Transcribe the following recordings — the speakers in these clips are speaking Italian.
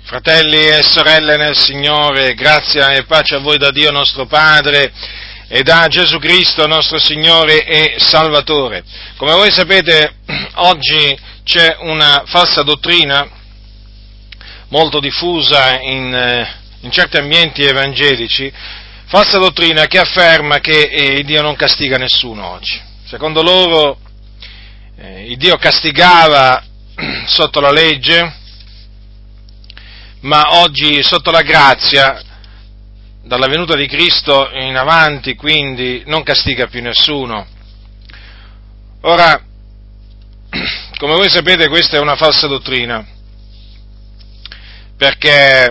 Fratelli e sorelle nel Signore, grazia e pace a voi da Dio nostro Padre e da Gesù Cristo nostro Signore e Salvatore. Come voi sapete, oggi c'è una falsa dottrina molto diffusa in certi ambienti evangelici, falsa dottrina che afferma che Dio non castiga nessuno oggi. Secondo loro Dio castigava sotto la legge, ma oggi sotto la grazia, dalla venuta di Cristo in avanti, quindi non castiga più nessuno. Ora, come voi sapete, questa è una falsa dottrina, perché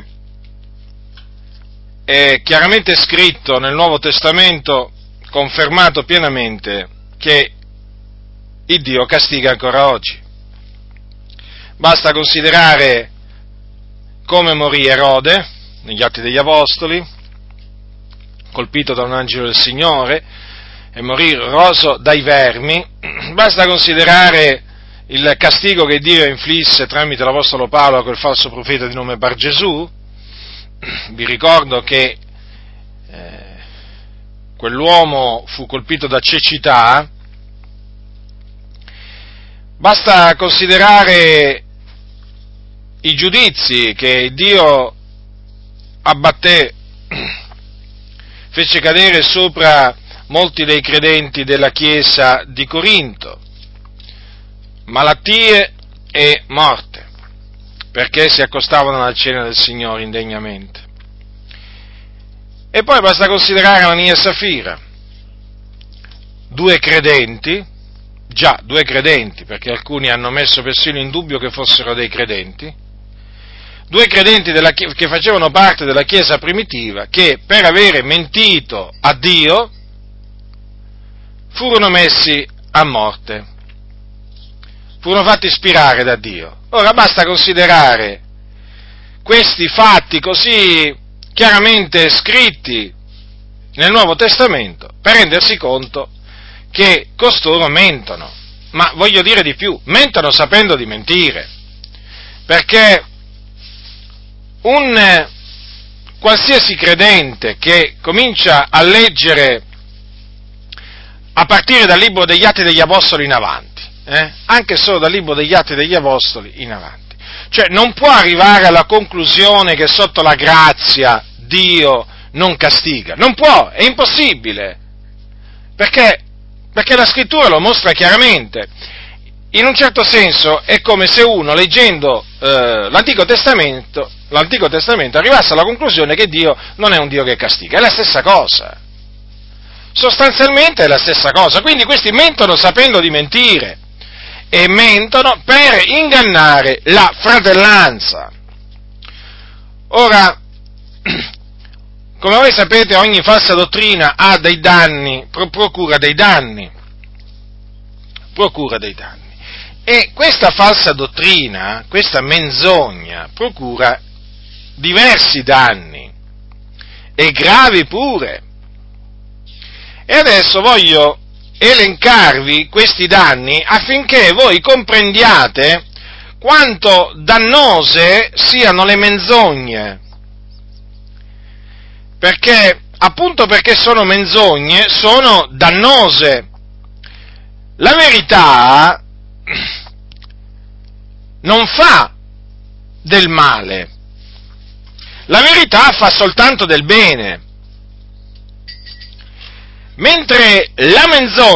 è chiaramente scritto nel Nuovo Testamento, confermato pienamente, che il Dio castiga ancora oggi. Basta considerare come morì Erode negli Atti degli Apostoli, colpito da un angelo del Signore, e morì roso dai vermi. Basta considerare il castigo che Dio inflisse tramite l'Apostolo Paolo a quel falso profeta di nome Bar Gesù. Vi ricordo che quell'uomo fu colpito da cecità. Basta considerare i giudizi che Dio abbatté, fece cadere sopra molti dei credenti della Chiesa di Corinto, malattie e morte, perché si accostavano alla cena del Signore indegnamente. E poi basta considerare Anania e Safira, due credenti, perché alcuni hanno messo persino in dubbio che fossero dei credenti, due credenti che facevano parte della Chiesa primitiva, che per avere mentito a Dio furono messi a morte, furono fatti spirare da Dio. Ora basta considerare questi fatti così chiaramente scritti nel Nuovo Testamento per rendersi conto che costoro mentono, ma voglio dire di più, mentono sapendo di mentire, perché un qualsiasi credente che comincia a leggere a partire dal libro degli Atti degli Apostoli in avanti, anche solo dal libro degli Atti degli Apostoli in avanti, cioè non può arrivare alla conclusione che sotto la grazia Dio non castiga, non può, è impossibile, perché la Scrittura lo mostra chiaramente. In un certo senso è come se uno, leggendo l'Antico Testamento arrivasse alla conclusione che Dio non è un Dio che castiga, è la stessa cosa, sostanzialmente è la stessa cosa. Quindi questi mentono sapendo di mentire, e mentono per ingannare la fratellanza. Ora, come voi sapete, ogni falsa dottrina ha dei danni, procura dei danni. E questa falsa dottrina, questa menzogna, procura diversi danni, e gravi pure. E adesso voglio elencarvi questi danni affinché voi comprendiate quanto dannose siano le menzogne. Perché, appunto perché sono menzogne, sono dannose. La verità non fa del male, la verità fa soltanto del bene, mentre la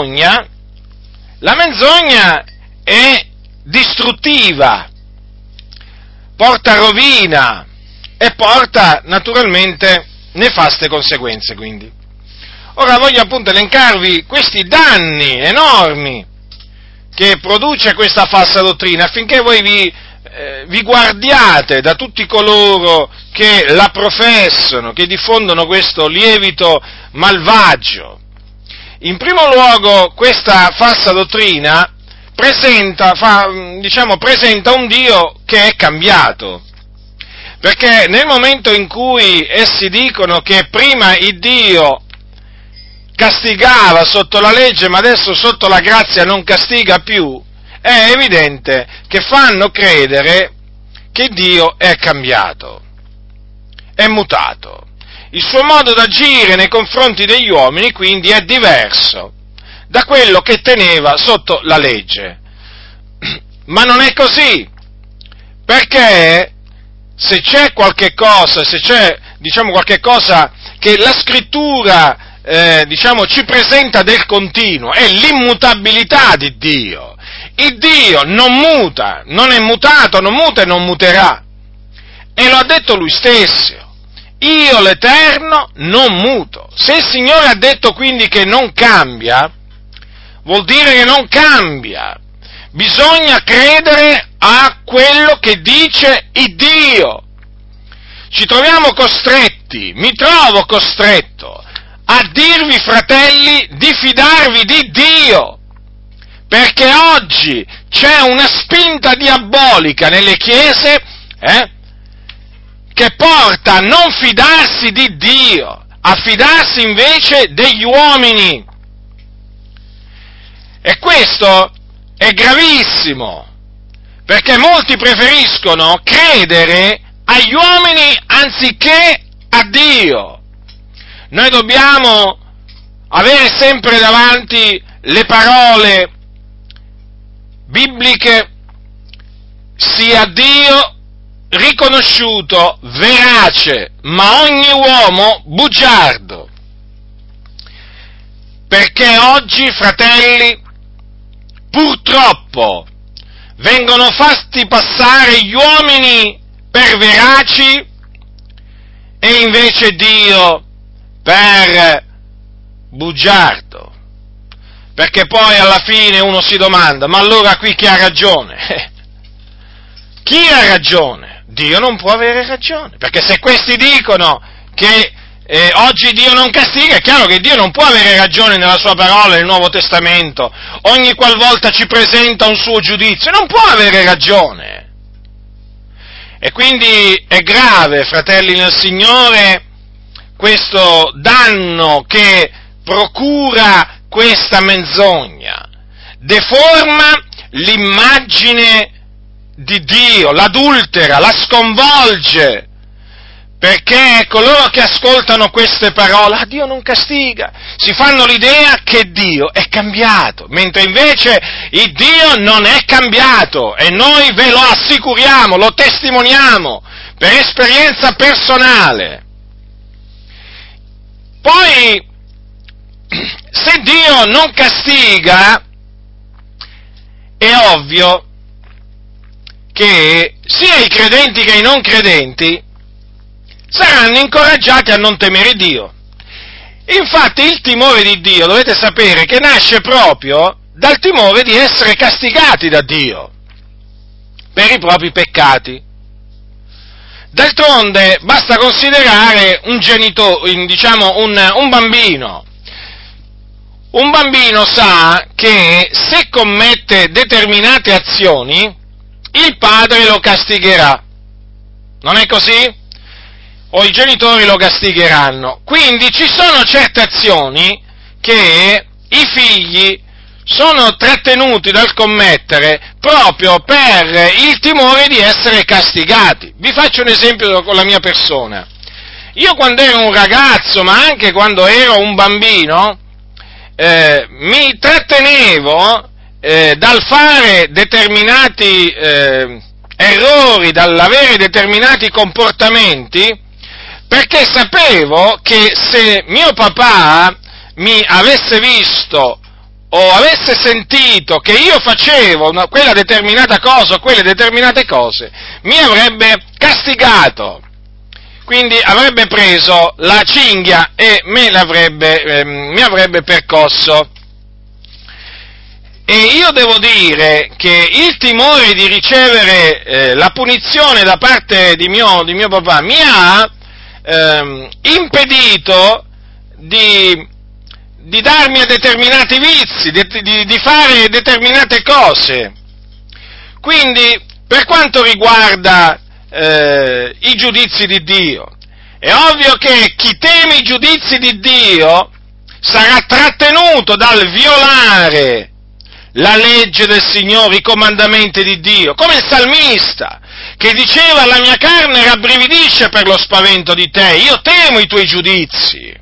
menzogna è distruttiva, porta rovina e porta naturalmente nefaste conseguenze, quindi. Ora voglio appunto elencarvi questi danni enormi che produce questa falsa dottrina, affinché voi vi guardiate da tutti coloro che la professano, che diffondono questo lievito malvagio. In primo luogo, questa falsa dottrina presenta un Dio che è cambiato, perché nel momento in cui essi dicono che prima il Dio castigava sotto la legge, ma adesso sotto la grazia non castiga più, è evidente che fanno credere che Dio è cambiato, è mutato. Il suo modo d'agire nei confronti degli uomini, quindi, è diverso da quello che teneva sotto la legge. Ma non è così, perché se c'è qualche cosa, qualche cosa che la Scrittura, ci presenta del continuo, è l'immutabilità di Dio. Il Dio non muta, non è mutato, non muta e non muterà. E lo ha detto Lui stesso. Io l'Eterno non muto. Se il Signore ha detto quindi che non cambia, vuol dire che non cambia. Bisogna credere a quello che dice il Dio. Ci troviamo costretti, mi trovo costretto a dirvi, fratelli, di fidarvi di Dio, perché oggi c'è una spinta diabolica nelle chiese, che porta a non fidarsi di Dio, a fidarsi invece degli uomini. E questo è gravissimo, perché molti preferiscono credere agli uomini anziché a Dio. Noi dobbiamo avere sempre davanti le parole bibliche: sia Dio riconosciuto verace, ma ogni uomo bugiardo. Perché oggi, fratelli, purtroppo vengono fatti passare gli uomini per veraci e invece Dio per bugiardo. Perché poi alla fine uno si domanda: ma allora qui chi ha ragione? Chi ha ragione? Dio non può avere ragione, perché se questi dicono che oggi Dio non castiga, è chiaro che Dio non può avere ragione nella sua parola, nel Nuovo Testamento, ogni qualvolta ci presenta un suo giudizio, non può avere ragione. E quindi è grave, fratelli nel Signore, questo danno che procura questa menzogna, deforma l'immagine di Dio, l'adultera, la sconvolge, perché coloro che ascoltano queste parole: Dio non castiga, si fanno l'idea che Dio è cambiato, mentre invece il Dio non è cambiato, e noi ve lo assicuriamo, lo testimoniamo per esperienza personale. Poi, se Dio non castiga, è ovvio che sia i credenti che i non credenti saranno incoraggiati a non temere Dio. Infatti il timore di Dio, dovete sapere, che nasce proprio dal timore di essere castigati da Dio per i propri peccati. D'altronde basta considerare un bambino. Un bambino sa che se commette determinate azioni, il padre lo castigherà. Non è così? O i genitori lo castigheranno. Quindi ci sono certe azioni che i figli sono trattenuti dal commettere proprio per il timore di essere castigati. Vi faccio un esempio con la mia persona. Io quando ero un ragazzo, ma anche quando ero un bambino, mi trattenevo dal fare determinati errori, dall'avere determinati comportamenti, perché sapevo che se mio papà mi avesse visto o avesse sentito che io facevo quella determinata cosa o quelle determinate cose, mi avrebbe castigato. Quindi avrebbe preso la cinghia e mi avrebbe percosso. E io devo dire che il timore di ricevere la punizione da parte di mio papà mi ha impedito di darmi a determinati vizi, di fare determinate cose. Quindi, per quanto riguarda i giudizi di Dio, è ovvio che chi teme i giudizi di Dio sarà trattenuto dal violare la legge del Signore, i comandamenti di Dio, come il salmista, che diceva: la mia carne rabbrividisce per lo spavento di te, io temo i tuoi giudizi.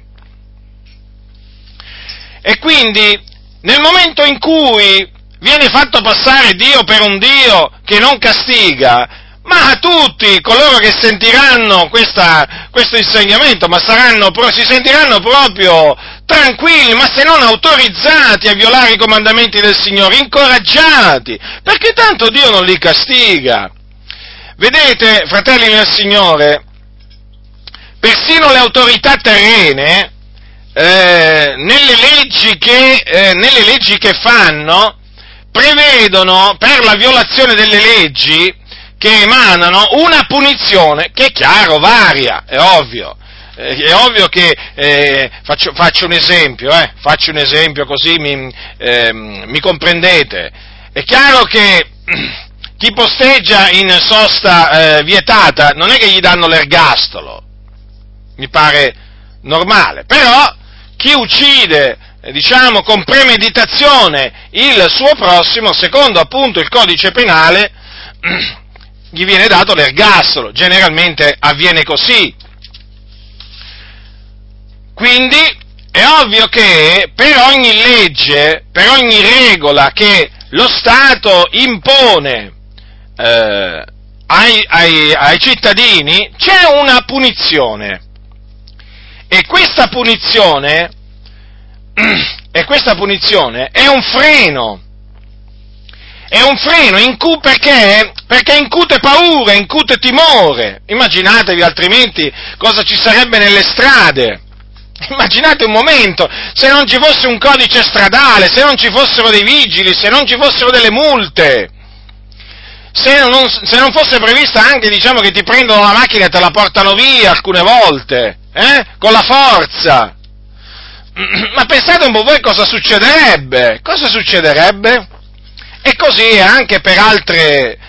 E quindi, nel momento in cui viene fatto passare Dio per un Dio che non castiga, ma a tutti coloro che sentiranno questo insegnamento, si sentiranno proprio tranquilli, ma se non autorizzati a violare i comandamenti del Signore, incoraggiati, perché tanto Dio non li castiga. Vedete, fratelli nel Signore, persino le autorità terrene, nelle leggi che fanno, prevedono per la violazione delle leggi che emanano una punizione che, è chiaro, varia, è ovvio che, faccio un esempio così mi comprendete. È chiaro che chi posteggia in sosta vietata non è che gli danno l'ergastolo, mi pare normale, però chi uccide, con premeditazione il suo prossimo, secondo appunto il codice penale, gli viene dato l'ergastolo, generalmente avviene così. Quindi è ovvio che per ogni legge, per ogni regola che lo Stato impone ai cittadini, c'è una punizione. E questa punizione è un freno perché incute paura, incute timore. Immaginatevi altrimenti cosa ci sarebbe nelle strade. Immaginate un momento, se non ci fosse un codice stradale, se non ci fossero dei vigili, se non ci fossero delle multe, se non fosse prevista anche, che ti prendono la macchina e te la portano via alcune volte, con la forza. Ma pensate un po' voi cosa succederebbe? Cosa succederebbe? E così è anche per altre,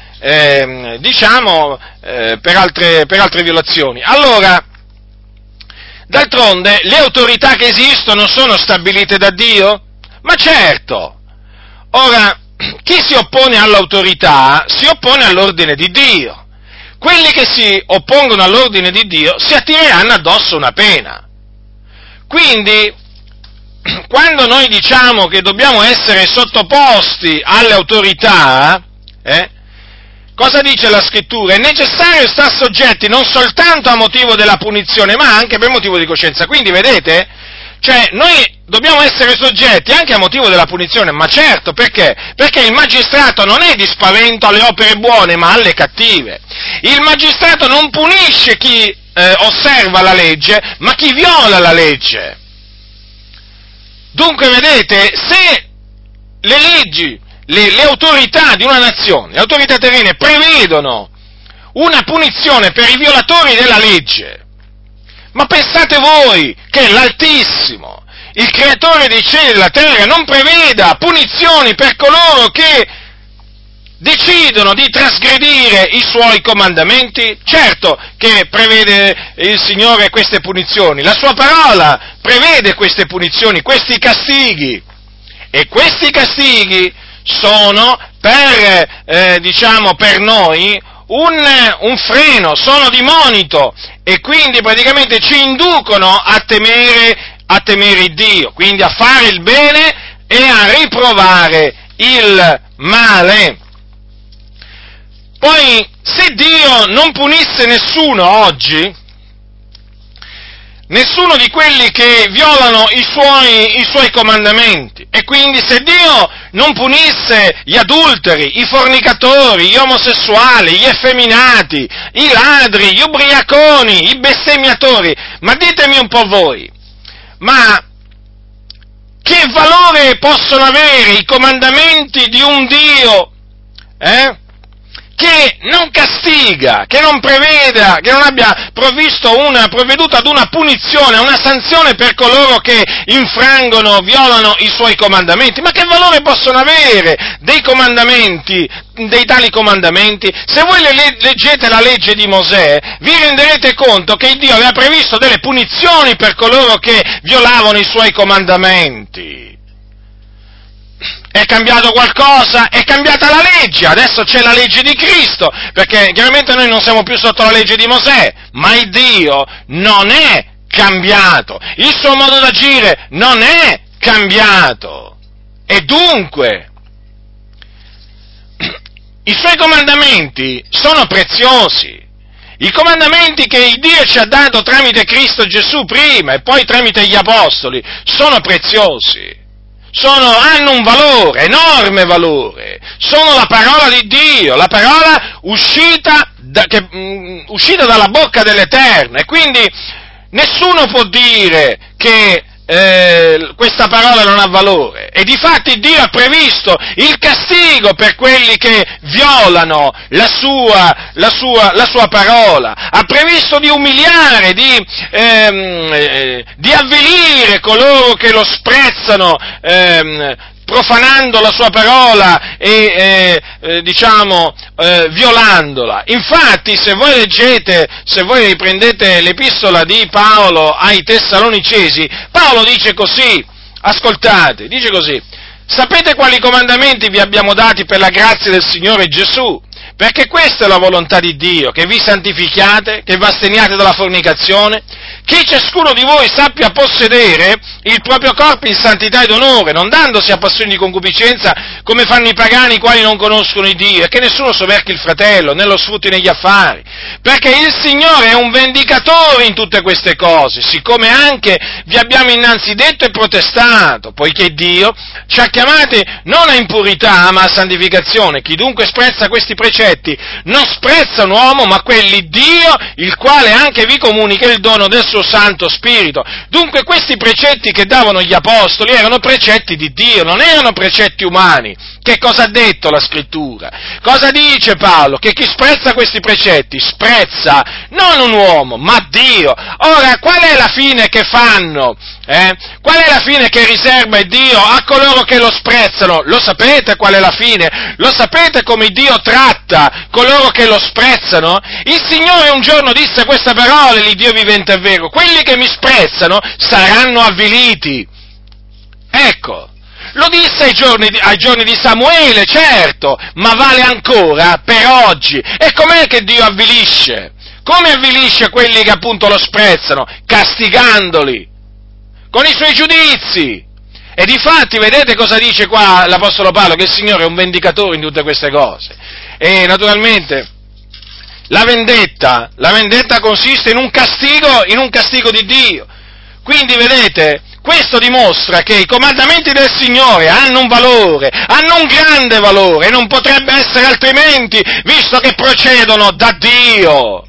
per altre violazioni. Allora, d'altronde, le autorità che esistono sono stabilite da Dio? Ma certo! Ora, chi si oppone all'autorità si oppone all'ordine di Dio. Quelli che si oppongono all'ordine di Dio si attireranno addosso una pena. Quindi, quando noi diciamo che dobbiamo essere sottoposti alle autorità, cosa dice la Scrittura? È necessario star soggetti non soltanto a motivo della punizione, ma anche per motivo di coscienza. Quindi, vedete? Cioè, noi dobbiamo essere soggetti anche a motivo della punizione, ma certo, perché? Perché il magistrato non è di spavento alle opere buone, ma alle cattive. Il magistrato non punisce chi osserva la legge, ma chi viola la legge. Dunque, vedete, se le leggi, le autorità di una nazione, le autorità terrene prevedono una punizione per i violatori della legge, ma pensate voi che l'Altissimo, il creatore dei cieli e della terra, non preveda punizioni per coloro che decidono di trasgredire i suoi comandamenti? Certo che prevede il Signore queste punizioni, la sua parola prevede queste punizioni, questi castighi, e questi castighi sono per noi un freno, sono di monito, e quindi praticamente ci inducono a temere Dio, quindi a fare il bene e a riprovare il male. Poi, se Dio non punisse nessuno oggi, nessuno di quelli che violano i suoi comandamenti, e quindi se Dio non punisse gli adulteri, i fornicatori, gli omosessuali, gli effeminati, i ladri, gli ubriaconi, i bestemmiatori, ma ditemi un po' voi, ma che valore possono avere i comandamenti di un Dio, che non castiga, che non preveda, che non abbia provveduto ad una punizione, a una sanzione per coloro che infrangono, violano i suoi comandamenti? Ma che valore possono avere dei tali comandamenti? Se voi leggete la legge di Mosè, vi renderete conto che Dio aveva previsto delle punizioni per coloro che violavano i suoi comandamenti. È cambiato qualcosa? È cambiata la legge, adesso c'è la legge di Cristo, perché chiaramente noi non siamo più sotto la legge di Mosè, ma il Dio non è cambiato, il suo modo d'agire non è cambiato, e dunque i suoi comandamenti sono preziosi. I comandamenti che il Dio ci ha dato tramite Cristo Gesù prima e poi tramite gli Apostoli sono preziosi, hanno un valore, enorme valore, sono la parola di Dio, la parola uscita dalla bocca dell'Eterno, e quindi nessuno può dire che questa parola non ha valore, e difatti Dio ha previsto il castigo per quelli che violano la sua parola, ha previsto di umiliare, di avvilire coloro che lo sprezzano, profanando la sua parola e violandola. Infatti, se voi riprendete l'epistola di Paolo ai Tessalonicesi, Paolo dice così, ascoltate, dice così: sapete quali comandamenti vi abbiamo dati per la grazia del Signore Gesù? Perché questa è la volontà di Dio, che vi santifichiate, che vi asteniate dalla fornicazione, che ciascuno di voi sappia possedere il proprio corpo in santità ed onore, non dandosi a passioni di concupiscenza come fanno i pagani, i quali non conoscono il Dio, e che nessuno soverchi il fratello, né lo sfrutti negli affari, perché il Signore è un vendicatore in tutte queste cose, siccome anche vi abbiamo innanzi detto e protestato, poiché Dio ci ha chiamati non a impurità, ma a santificazione. Chi dunque sprezza questi precetti non sprezza un uomo, ma quelli Dio, il quale anche vi comunica il dono del suo Santo Spirito. Dunque questi precetti che davano gli Apostoli erano precetti di Dio, non erano precetti umani. Che cosa ha detto la Scrittura? Cosa dice Paolo? Che chi sprezza questi precetti sprezza non un uomo, ma Dio. Ora, qual è la fine che fanno? Qual è la fine che riserva Dio a coloro che lo sprezzano? Lo sapete qual è la fine? Lo sapete come Dio tratta coloro che lo sprezzano? Il Signore un giorno disse queste parole, l'Iddio vivente è vero: quelli che mi sprezzano saranno avviliti. Ecco. Lo disse ai giorni di Samuele, certo, ma vale ancora per oggi. E com'è che Dio avvilisce? Come avvilisce quelli che appunto lo sprezzano? Castigandoli con i suoi giudizi. E difatti, vedete cosa dice qua l'Apostolo Paolo? Che il Signore è un vendicatore in tutte queste cose. E naturalmente la vendetta consiste in un castigo di Dio. Quindi, vedete, questo dimostra che i comandamenti del Signore hanno un valore, hanno un grande valore, e non potrebbe essere altrimenti, visto che procedono da Dio.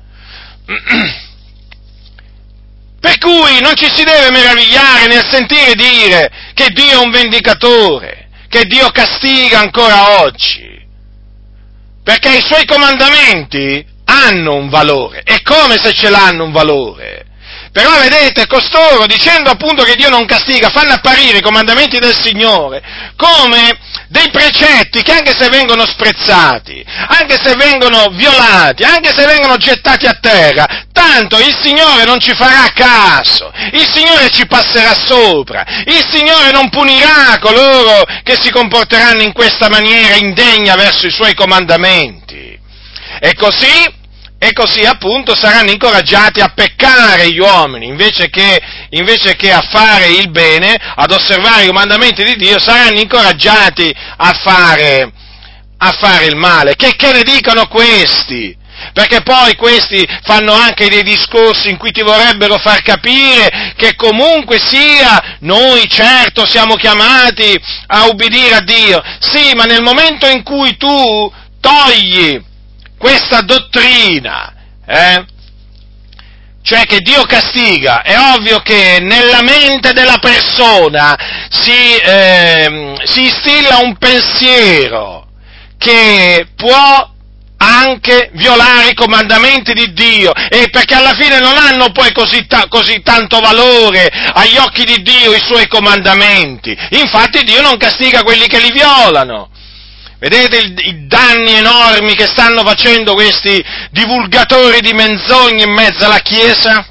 Per cui non ci si deve meravigliare nel sentire dire che Dio è un vendicatore, che Dio castiga ancora oggi, perché i Suoi comandamenti hanno un valore, e come se ce l'hanno un valore. Però vedete, costoro, dicendo appunto che Dio non castiga, fanno apparire i comandamenti del Signore come dei precetti che, anche se vengono sprezzati, anche se vengono violati, anche se vengono gettati a terra, tanto il Signore non ci farà caso, il Signore ci passerà sopra, il Signore non punirà coloro che si comporteranno in questa maniera indegna verso i Suoi comandamenti. E così appunto saranno incoraggiati a peccare gli uomini, invece che a fare il bene, ad osservare i comandamenti di Dio, saranno incoraggiati a fare il male. Che ne dicono questi? Perché poi questi fanno anche dei discorsi in cui ti vorrebbero far capire che comunque sia, noi certo siamo chiamati a ubbidire a Dio. Sì, ma nel momento in cui tu togli questa dottrina, cioè che Dio castiga, è ovvio che nella mente della persona si instilla un pensiero che può anche violare i comandamenti di Dio, e perché alla fine non hanno poi così tanto valore agli occhi di Dio i Suoi comandamenti. Infatti Dio non castiga quelli che li violano. Vedete i danni enormi che stanno facendo questi divulgatori di menzogne in mezzo alla Chiesa?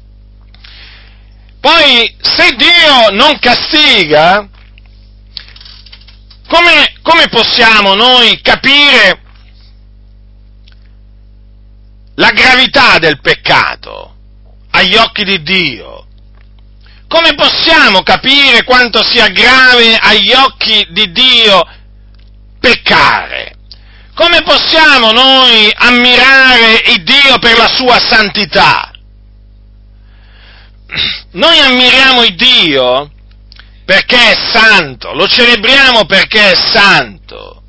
Poi, se Dio non castiga, Come possiamo noi capire la gravità del peccato agli occhi di Dio? Come possiamo capire quanto sia grave agli occhi di Dio peccare? Come possiamo noi ammirare il Dio per la sua santità? Noi ammiriamo il Dio perché è santo, lo celebriamo perché è santo.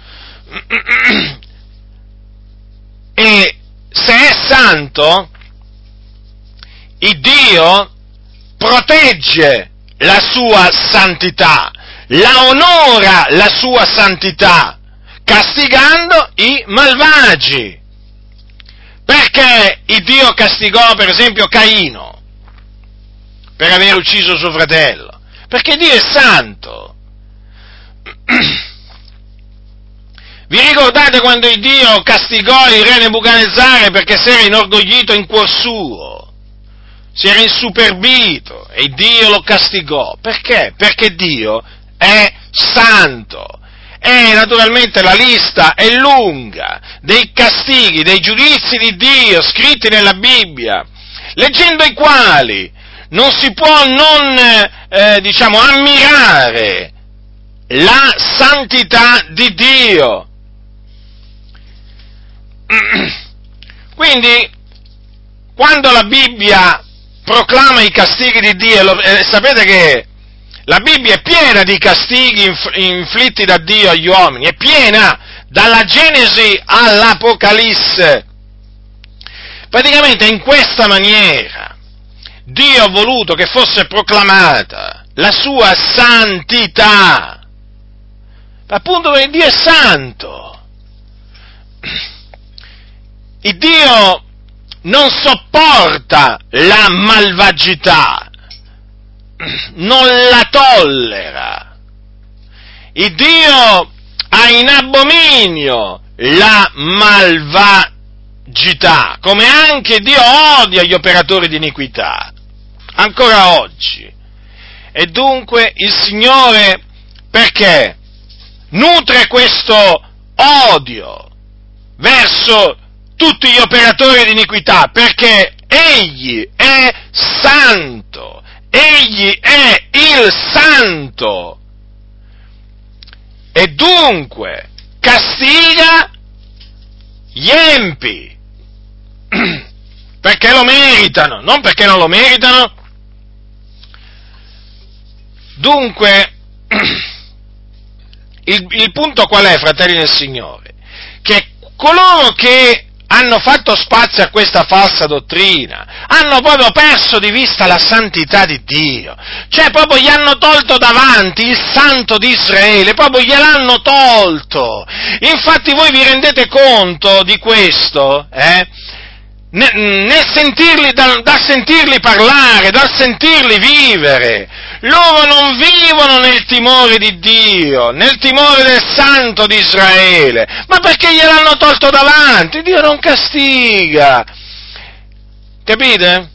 E se è santo, il Dio protegge la sua santità, la onora la sua santità, castigando i malvagi. Perché il Dio castigò, per esempio, Caino per aver ucciso suo fratello? Perché Dio è santo. Vi ricordate quando il Dio castigò il re Nebuchadnezzare perché si era inorgoglito in cuor suo? Si era insuperbito e Dio lo castigò. Perché? Perché Dio è santo. E naturalmente la lista è lunga dei castighi, dei giudizi di Dio scritti nella Bibbia, leggendo i quali non si può non, ammirare la santità di Dio. Quindi, quando la Bibbia proclama i castighi di Dio, sapete che la Bibbia è piena di castighi inflitti da Dio agli uomini, è piena, dalla Genesi all'Apocalisse. Praticamente in questa maniera Dio ha voluto che fosse proclamata la sua santità, appunto perché Dio è santo. Il Dio non sopporta la malvagità, non la tollera. Il Dio ha in abominio la malvagità, come anche Dio odia gli operatori di iniquità, ancora oggi. E dunque il Signore, perché nutre questo odio verso tutti gli operatori di iniquità? Perché Egli è santo, Egli è il santo, e dunque castiga gli empi, perché lo meritano, non perché non lo meritano. Dunque, il punto qual è, fratelli del Signore? Che coloro che hanno fatto spazio a questa falsa dottrina hanno proprio perso di vista la santità di Dio, cioè proprio gli hanno tolto davanti il Santo di Israele, proprio gliel'hanno tolto. Infatti voi vi rendete conto di questo, nel sentirli, dal sentirli parlare, dal sentirli vivere. Loro non vivono nel timore di Dio, nel timore del Santo di Israele, ma perché gliel'hanno tolto davanti. Dio non castiga, capite?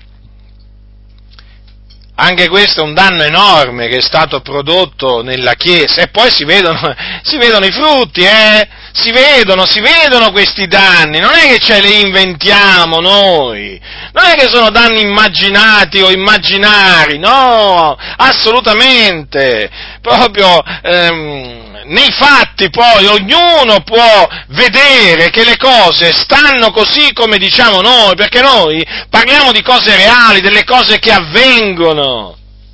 Anche questo è un danno enorme che è stato prodotto nella Chiesa, e poi si vedono i frutti, si vedono questi danni, non è che ce li inventiamo noi, non è che sono danni immaginati o immaginari, no, assolutamente, proprio nei fatti poi ognuno può vedere che le cose stanno così come diciamo noi, perché noi parliamo di cose reali, delle cose che avvengono,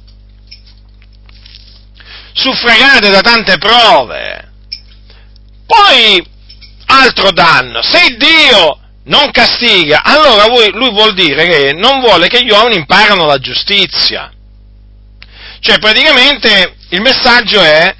suffragate da tante prove. Poi, altro danno, se Dio non castiga, allora lui vuol dire che non vuole che gli uomini imparano la giustizia. Cioè, praticamente, il messaggio è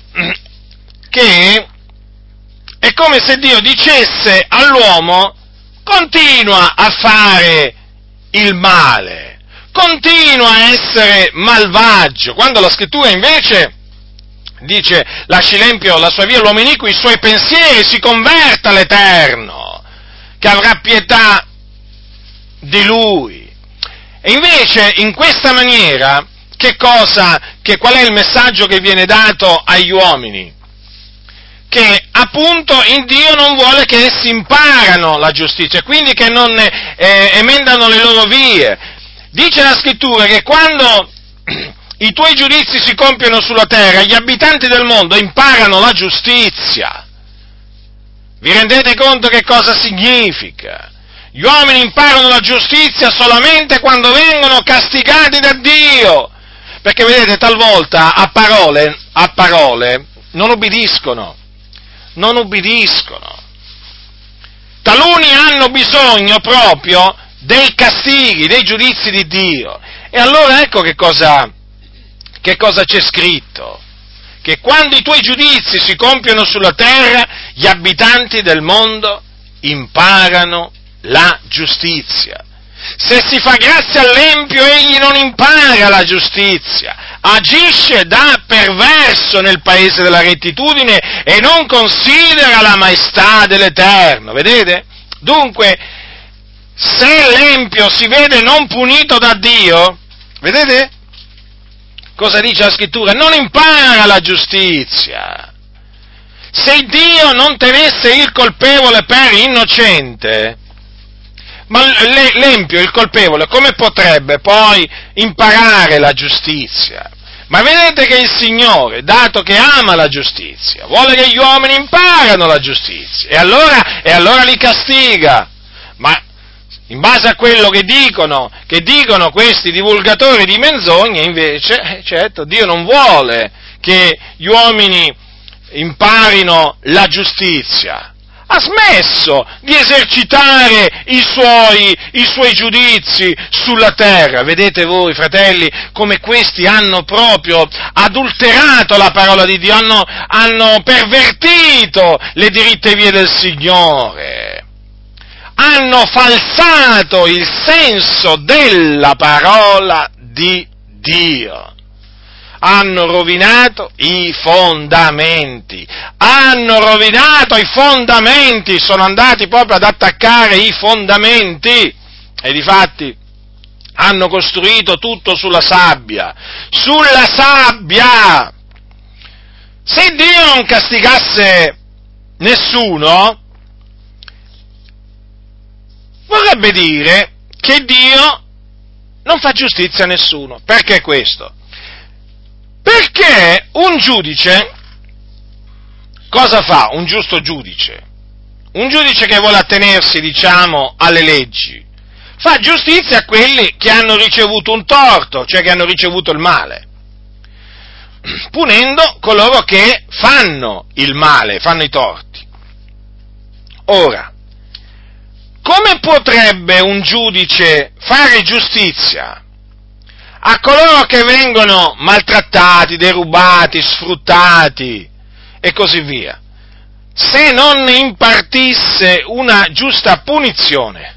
che è come se Dio dicesse all'uomo: continua a fare il male, continua a essere malvagio, quando la Scrittura invece dice: lasci l'empio la sua via, l'uomo iniquo i suoi pensieri, si converta all'Eterno, che avrà pietà di lui. E invece, in questa maniera, qual è il messaggio che viene dato agli uomini? Che appunto in Dio non vuole che essi imparano la giustizia, quindi che non emendano le loro vie. Dice la Scrittura che quando i tuoi giudizi si compiono sulla terra, gli abitanti del mondo imparano la giustizia. Vi rendete conto che cosa significa? Gli uomini imparano la giustizia solamente quando vengono castigati da Dio, perché vedete, talvolta a parole non obbediscono. Taluni hanno bisogno proprio dei castighi, dei giudizi di Dio. E allora ecco che cosa c'è scritto. Che quando i tuoi giudizi si compiono sulla terra, gli abitanti del mondo imparano la giustizia. Se si fa grazia all'empio, egli non impara la giustizia, agisce da perverso nel paese della rettitudine e non considera la maestà dell'Eterno. Vedete? Dunque, se l'empio si vede non punito da Dio, vedete? Cosa dice la Scrittura? Non impara la giustizia. Se Dio non tenesse il colpevole per innocente, ma l'empio, il colpevole, come potrebbe poi imparare la giustizia? Ma vedete che il Signore, dato che ama la giustizia, vuole che gli uomini imparano la giustizia, e allora li castiga. Ma in base a quello che dicono questi divulgatori di menzogne, invece, certo, Dio non vuole che gli uomini imparino la giustizia. Ha smesso di esercitare i suoi giudizi sulla terra. Vedete voi, fratelli, come questi hanno proprio adulterato la parola di Dio, hanno pervertito le diritte vie del Signore, hanno falsato il senso della parola di Dio. Hanno rovinato i fondamenti, sono andati proprio ad attaccare i fondamenti, e difatti hanno costruito tutto sulla sabbia. Se Dio non castigasse nessuno, vorrebbe dire che Dio non fa giustizia a nessuno. Perché questo? Perché un giudice, cosa fa un giusto giudice? Un giudice che vuole attenersi, alle leggi, fa giustizia a quelli che hanno ricevuto un torto, cioè che hanno ricevuto il male, punendo coloro che fanno il male, fanno i torti. Ora, come potrebbe un giudice fare giustizia a coloro che vengono maltrattati, derubati, sfruttati e così via, se non impartisse una giusta punizione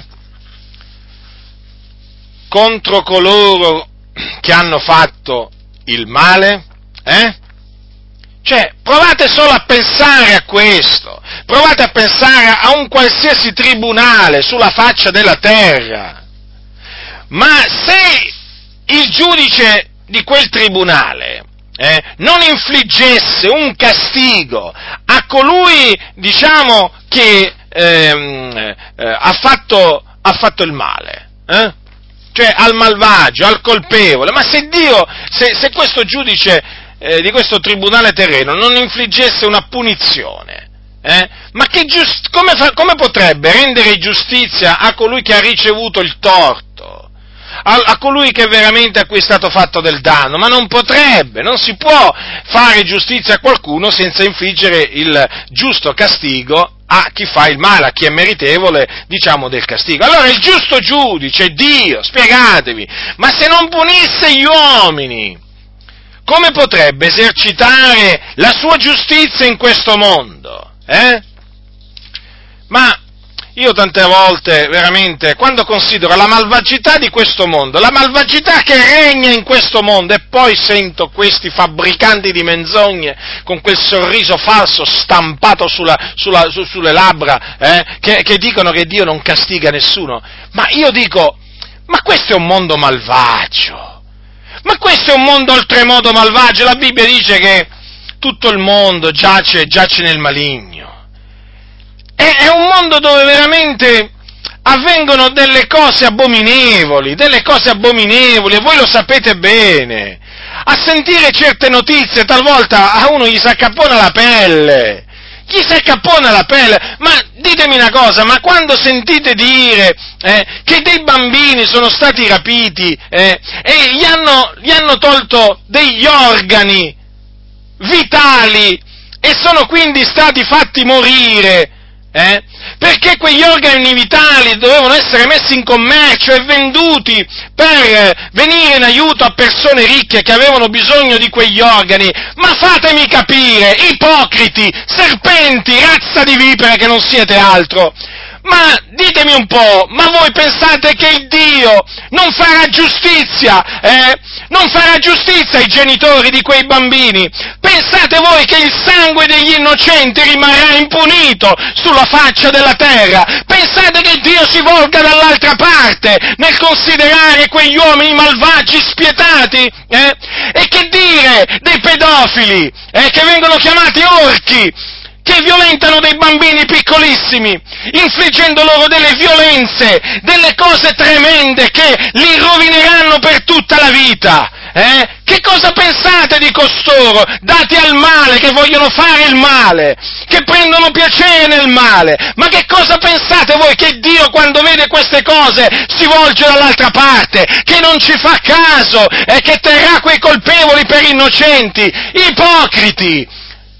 contro coloro che hanno fatto il male? Cioè, provate solo a pensare a questo, provate a pensare a un qualsiasi tribunale sulla faccia della terra, ma se il giudice di quel tribunale non infliggesse un castigo a colui, che ha fatto il male, cioè al malvagio, al colpevole, ma se questo giudice di questo tribunale terreno non infliggesse una punizione, ma come potrebbe rendere giustizia a colui che ha ricevuto il torto? A colui che veramente a cui è stato fatto del danno, ma non potrebbe, non si può fare giustizia a qualcuno senza infliggere il giusto castigo a chi fa il male, a chi è meritevole, del castigo. Allora il giusto giudice, Dio, spiegatevi, ma se non punisse gli uomini, come potrebbe esercitare la sua giustizia in questo mondo? Ma io tante volte, veramente, quando considero la malvagità di questo mondo, la malvagità che regna in questo mondo, e poi sento questi fabbricanti di menzogne con quel sorriso falso stampato sulle labbra, che dicono che Dio non castiga nessuno, ma io dico, ma questo è un mondo malvagio. Ma questo è un mondo oltremodo malvagio, la Bibbia dice che tutto il mondo giace nel maligno. È un mondo dove veramente avvengono delle cose abominevoli, e voi lo sapete bene. A sentire certe notizie talvolta a uno gli si accappona la pelle. Ma ditemi una cosa, ma quando sentite dire che dei bambini sono stati rapiti e gli hanno tolto degli organi vitali e sono quindi stati fatti morire, perché quegli organi vitali dovevano essere messi in commercio e venduti per venire in aiuto a persone ricche che avevano bisogno di quegli organi. Ma fatemi capire, ipocriti, serpenti, razza di vipere che non siete altro, ma ditemi un po', ma voi pensate che il Dio non farà giustizia, non farà giustizia ai genitori di quei bambini? Pensate voi che il sangue degli innocenti rimarrà impunito sulla faccia della terra? Pensate che Dio si volga dall'altra parte nel considerare quegli uomini malvagi, spietati? E che dire dei pedofili, che vengono chiamati orchi, che violentano dei bambini piccolissimi, infliggendo loro delle violenze, delle cose tremende che li rovineranno per tutta la vita. Che cosa pensate di costoro, dati al male, che vogliono fare il male, che prendono piacere nel male? Ma che cosa pensate voi che Dio, quando vede queste cose, si volge dall'altra parte, che non ci fa caso e che terrà quei colpevoli per innocenti? Ipocriti!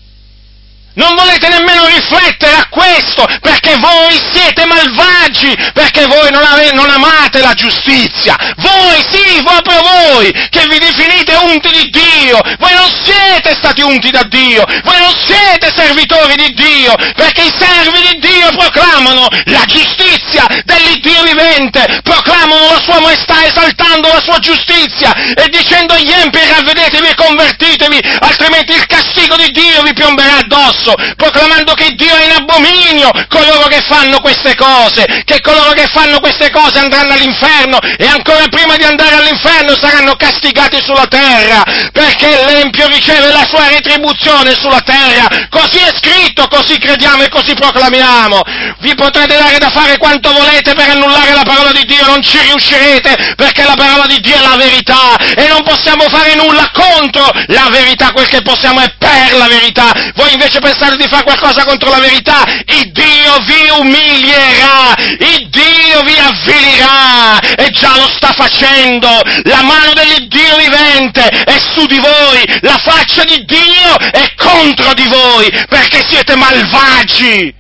Non volete nemmeno riflettere a questo, perché voi siete malvagi, perché voi non amate la giustizia. Voi, sì, proprio voi, che vi definite unti di Dio. Voi non siete stati unti da Dio, voi non siete servitori di Dio, perché i servi di Dio proclamano la giustizia dell'Iddio vivente, proclamano la sua maestà esaltando la sua giustizia e dicendo agli empi: ravvedetevi e convertitevi, altrimenti il castigo di Dio vi piomberà addosso. Proclamando che Dio è in abominio coloro che fanno queste cose, che coloro che fanno queste cose andranno all'inferno e ancora prima di andare all'inferno saranno castigati sulla terra, perché l'empio riceve la sua retribuzione sulla terra. Così è scritto, così crediamo e così proclamiamo. Vi potrete dare da fare quanto volete per annullare la parola di Dio, non ci riuscirete, perché la parola di Dio è la verità e non possiamo fare nulla contro la verità, quel che possiamo è per la verità. Voi invece pensate di fare qualcosa contro la verità, il Dio vi umilierà, il Dio vi avvilirà, e già lo sta facendo. La mano dell'Iddio vivente è su di voi, la faccia di Dio è contro di voi, perché siete malvagi.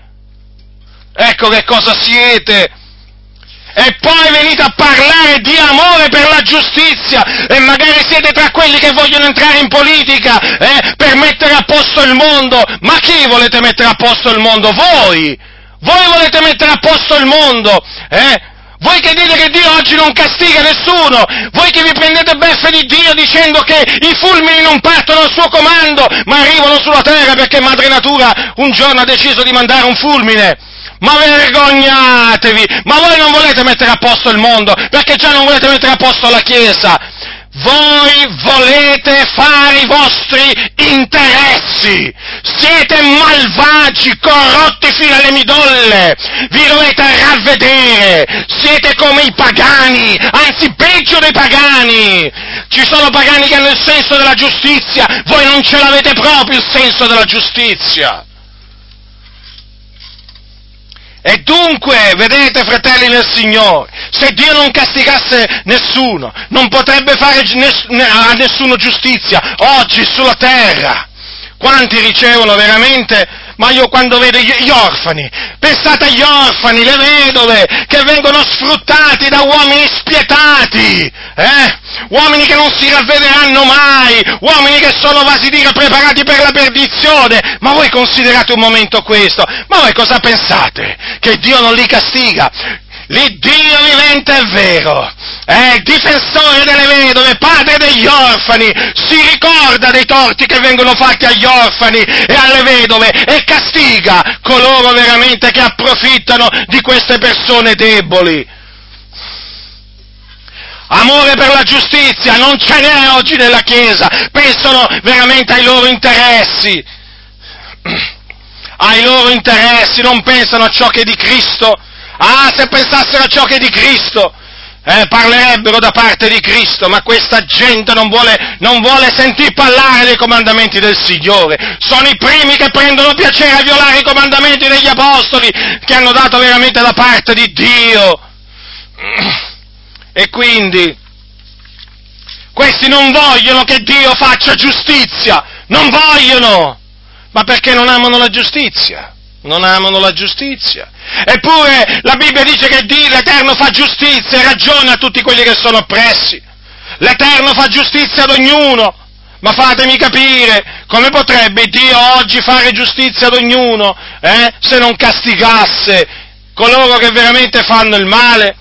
Ecco che cosa siete. E poi venite a parlare di amore per la giustizia, e magari siete tra quelli che vogliono entrare in politica, per mettere a posto il mondo. Ma chi volete mettere a posto il mondo? Voi! Voi volete mettere a posto il mondo, Voi che dite che Dio oggi non castiga nessuno, voi che vi prendete beffe di Dio dicendo che i fulmini non partono al suo comando, ma arrivano sulla terra perché Madre Natura un giorno ha deciso di mandare un fulmine. Ma vergognatevi! Ma voi non volete mettere a posto il mondo, perché già non volete mettere a posto la Chiesa. Voi volete fare i vostri interessi, siete malvagi, corrotti fino alle midolle, vi dovete ravvedere, siete come i pagani, anzi peggio dei pagani. Ci sono pagani che hanno il senso della giustizia, voi non ce l'avete proprio il senso della giustizia. E dunque, vedete, fratelli nel Signore, se Dio non castigasse nessuno, non potrebbe fare a nessuno giustizia oggi sulla terra. Quanti ricevono veramente? Ma io quando vedo gli orfani, pensate agli orfani, le vedove, che vengono sfruttati da uomini spietati, uomini che non si ravvederanno mai, uomini che sono, vasi dire, preparati per la perdizione. Ma voi considerate un momento questo, ma voi cosa pensate? Che Dio non li castiga? L'Iddio vivente è vero, è il difensore delle vedove, padre degli orfani, si ricorda dei torti che vengono fatti agli orfani e alle vedove e castiga coloro veramente che approfittano di queste persone deboli. Amore per la giustizia non ce n'è oggi nella Chiesa, pensano veramente ai loro interessi, non pensano a ciò che è di Cristo. Ah, se pensassero a ciò che è di Cristo, parlerebbero da parte di Cristo, ma questa gente non vuole sentir parlare dei comandamenti del Signore. Sono i primi che prendono piacere a violare i comandamenti degli Apostoli, che hanno dato veramente da parte di Dio. E quindi, questi non vogliono che Dio faccia giustizia, non vogliono, ma perché non amano la giustizia? Non amano la giustizia. Eppure la Bibbia dice che Dio, l'Eterno, fa giustizia e ragiona a tutti quelli che sono oppressi. L'Eterno fa giustizia ad ognuno. Ma fatemi capire, come potrebbe Dio oggi fare giustizia ad ognuno, se non castigasse coloro che veramente fanno il male?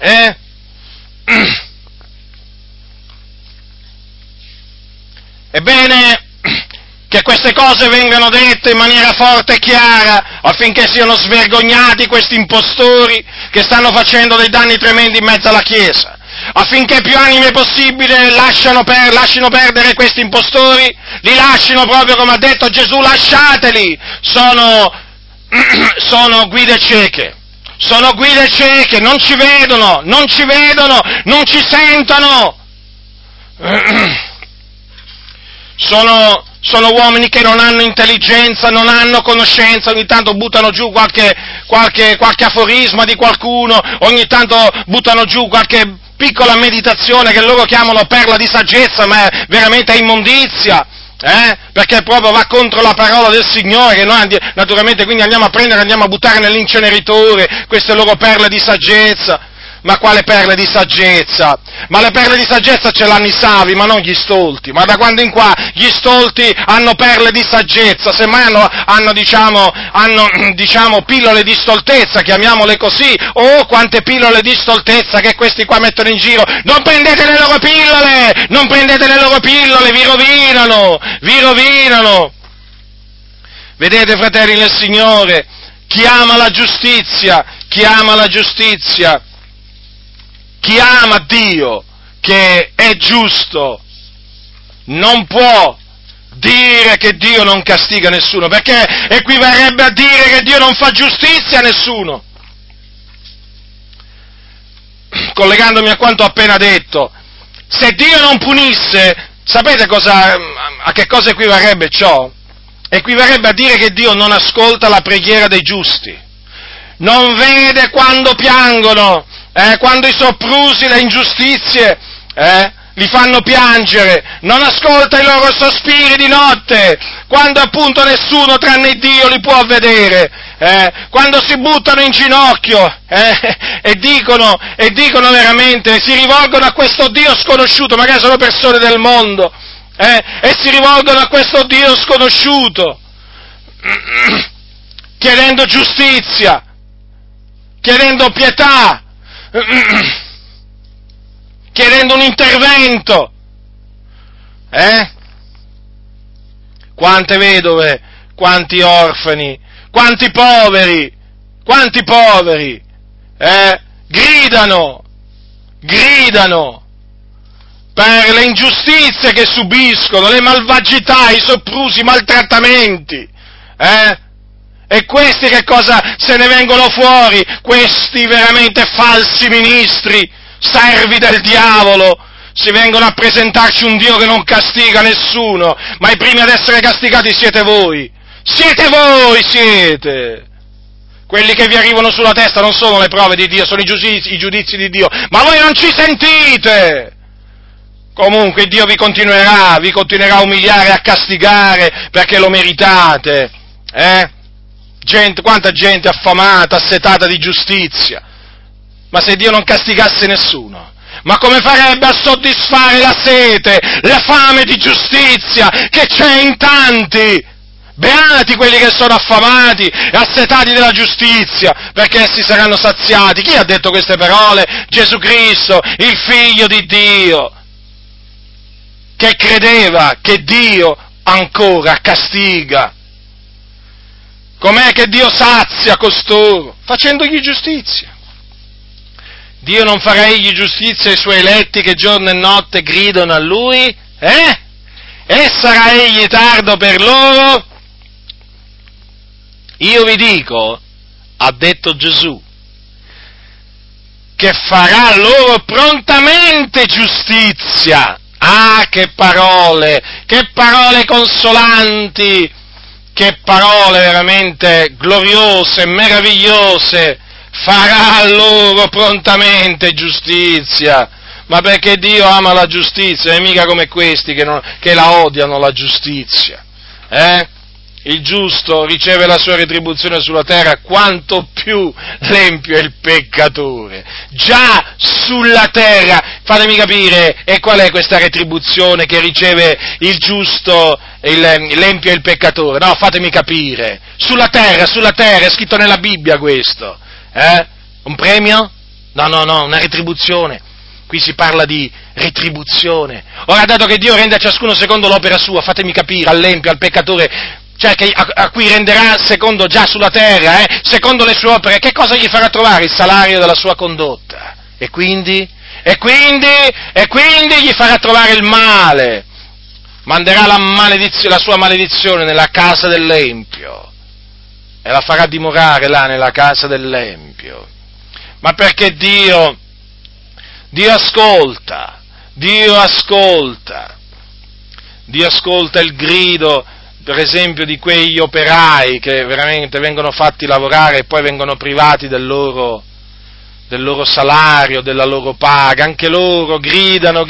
Ebbene, che queste cose vengano dette in maniera forte e chiara, affinché siano svergognati questi impostori che stanno facendo dei danni tremendi in mezzo alla Chiesa, affinché più anime possibile lasciano perdere questi impostori, li lasciano proprio come ha detto Gesù, lasciateli, sono guide cieche, non ci vedono, non ci sentono. Sono uomini che non hanno intelligenza, non hanno conoscenza, ogni tanto buttano giù qualche aforisma di qualcuno, ogni tanto buttano giù qualche piccola meditazione che loro chiamano perla di saggezza, ma veramente è immondizia, perché proprio va contro la parola del Signore, che noi naturalmente quindi andiamo a prendere, andiamo a buttare nell'inceneritore queste loro perle di saggezza. Ma quale perle di saggezza? Ma le perle di saggezza ce l'hanno i savi, ma non gli stolti. Ma da quando in qua gli stolti hanno perle di saggezza, semmai hanno pillole di stoltezza, chiamiamole così. Oh, quante pillole di stoltezza che questi qua mettono in giro. Non prendete le loro pillole, vi rovinano. Vedete, fratelli nel Signore, chi ama la giustizia, chi ama Dio, che è giusto, non può dire che Dio non castiga nessuno, perché equivarrebbe a dire che Dio non fa giustizia a nessuno. Collegandomi a quanto ho appena detto, se Dio non punisse, sapete a che cosa equivarrebbe ciò? Equivarrebbe a dire che Dio non ascolta la preghiera dei giusti, non vede quando piangono, quando i soprusi, le ingiustizie, li fanno piangere, non ascolta i loro sospiri di notte, quando appunto nessuno tranne Dio li può vedere, quando si buttano in ginocchio, e dicono veramente, si rivolgono a questo Dio sconosciuto, magari sono persone del mondo, e si rivolgono a questo Dio sconosciuto, chiedendo giustizia, chiedendo pietà, chiedendo un intervento, Quante vedove, quanti orfani, quanti poveri, gridano per le ingiustizie che subiscono, le malvagità, i soprusi, i maltrattamenti, E questi che cosa se ne vengono fuori? Questi veramente falsi ministri, servi del diavolo, si vengono a presentarci un Dio che non castiga nessuno, ma i primi ad essere castigati siete voi. Quelli che vi arrivano sulla testa non sono le prove di Dio, sono i giudizi di Dio, ma voi non ci sentite! Comunque Dio vi continuerà a umiliare, a castigare, perché lo meritate, quanta gente affamata, assetata di giustizia, ma se Dio non castigasse nessuno, ma come farebbe a soddisfare la sete, la fame di giustizia che c'è in tanti? Beati quelli che sono affamati e assetati della giustizia, perché essi saranno saziati. Chi ha detto queste parole? Gesù Cristo, il Figlio di Dio, che credeva che Dio ancora castiga. Com'è che Dio sazia costoro? Facendogli giustizia. Dio non farà egli giustizia ai suoi eletti che giorno e notte gridano a Lui? E sarà egli tardo per loro? Io vi dico, ha detto Gesù, che farà loro prontamente giustizia. Ah, che parole consolanti, che parole veramente gloriose, meravigliose. Farà loro prontamente giustizia. Ma perché Dio ama la giustizia, e mica come questi che la odiano la giustizia. Il giusto riceve la sua retribuzione sulla terra, quanto più l'empio è il peccatore. Già sulla terra, fatemi capire, e qual è questa retribuzione che riceve il giusto, l'empio e il peccatore? No, fatemi capire. Sulla terra, è scritto nella Bibbia questo. Un premio? No, una retribuzione. Qui si parla di retribuzione. Ora, dato che Dio rende a ciascuno secondo l'opera sua, fatemi capire, all'empio, al peccatore, cioè che a cui renderà secondo già sulla terra, secondo le sue opere, che cosa gli farà trovare? Il salario della sua condotta. E quindi gli farà trovare il male. Manderà la sua maledizione nella casa dell'empio e la farà dimorare là nella casa dell'empio. Ma perché Dio ascolta il grido, per esempio, di quegli operai che veramente vengono fatti lavorare e poi vengono privati del loro salario, della loro paga. Anche loro gridano.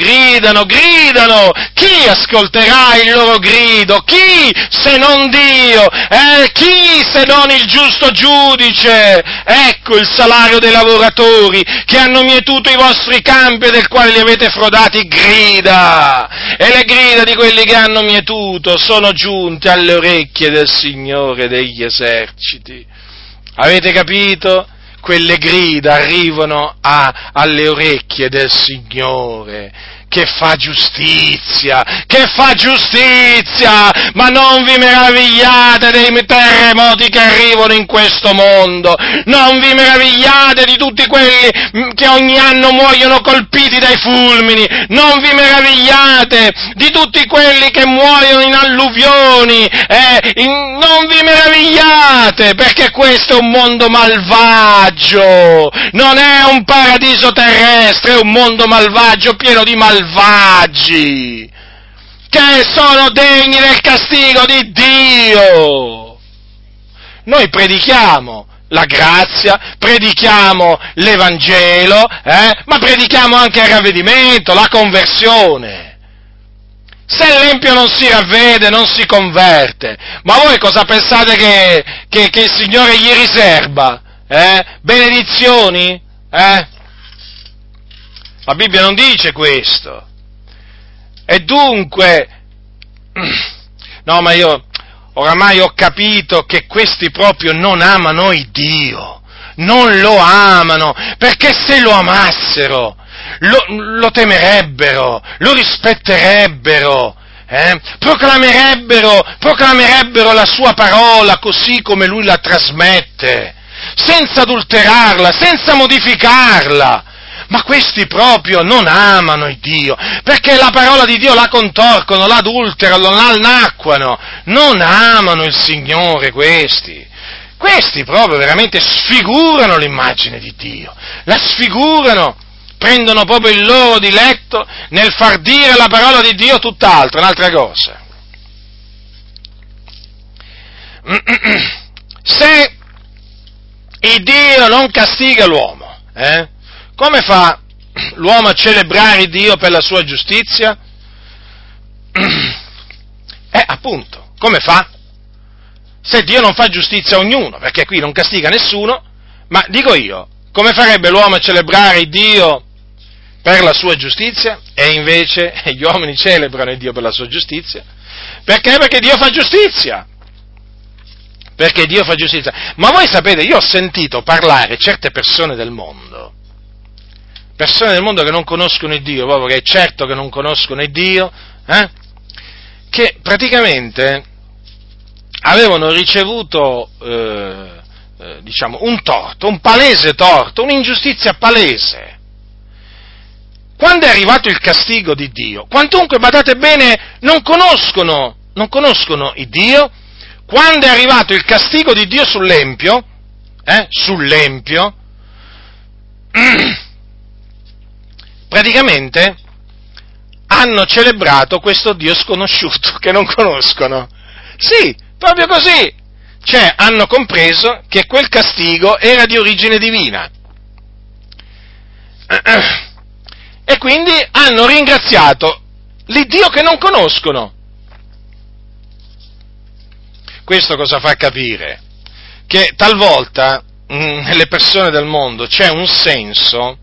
Chi ascolterà il loro grido? Chi se non Dio? Chi se non il giusto giudice? Ecco il salario dei lavoratori che hanno mietuto i vostri campi e del quale li avete frodati, grida. E le grida di quelli che hanno mietuto sono giunte alle orecchie del Signore degli eserciti. Avete capito? Quelle grida arrivano alle orecchie del Signore, che fa giustizia, ma non vi meravigliate dei terremoti che arrivano in questo mondo, non vi meravigliate di tutti quelli che ogni anno muoiono colpiti dai fulmini, non vi meravigliate di tutti quelli che muoiono in alluvioni, non vi meravigliate, perché questo è un mondo malvagio, non è un paradiso terrestre, è un mondo malvagio pieno di malvagi, che sono degni del castigo di Dio. Noi predichiamo la grazia, predichiamo l'Evangelo, ma predichiamo anche il ravvedimento, la conversione. Se l'empio non si ravvede, non si converte, ma voi cosa pensate che il Signore gli riserva? Benedizioni? La Bibbia non dice questo. E dunque, no, ma io oramai ho capito che questi proprio non amano il Dio, non lo amano, perché se lo amassero, lo temerebbero, lo rispetterebbero, proclamerebbero la sua parola così come lui la trasmette, senza adulterarla, senza modificarla. Ma questi proprio non amano il Dio, perché la parola di Dio la contorcono, la adulterano, la annacquano, non amano il Signore questi. Questi proprio veramente sfigurano l'immagine di Dio, la sfigurano, prendono proprio il loro diletto nel far dire la parola di Dio tutt'altro, un'altra cosa. Se il Dio non castiga l'uomo, come fa l'uomo a celebrare Dio per la sua giustizia? Appunto, come fa? Se Dio non fa giustizia a ognuno, perché qui non castiga nessuno, ma dico io, come farebbe l'uomo a celebrare Dio per la sua giustizia? E invece gli uomini celebrano Dio per la sua giustizia. Perché? Perché Dio fa giustizia. Perché Dio fa giustizia. Ma voi sapete, io ho sentito parlare certe persone del mondo che non conoscono il Dio, proprio che è certo che non conoscono il Dio, che praticamente avevano ricevuto, un torto, un palese torto, un'ingiustizia palese, quando è arrivato il castigo di Dio, quantunque, badate bene, non conoscono il Dio, quando è arrivato il castigo di Dio sull'empio, praticamente hanno celebrato questo Dio sconosciuto che non conoscono. Sì, proprio così. Cioè, hanno compreso che quel castigo era di origine divina. E quindi hanno ringraziato l'Iddio che non conoscono. Questo cosa fa capire? Che talvolta nelle persone del mondo c'è un senso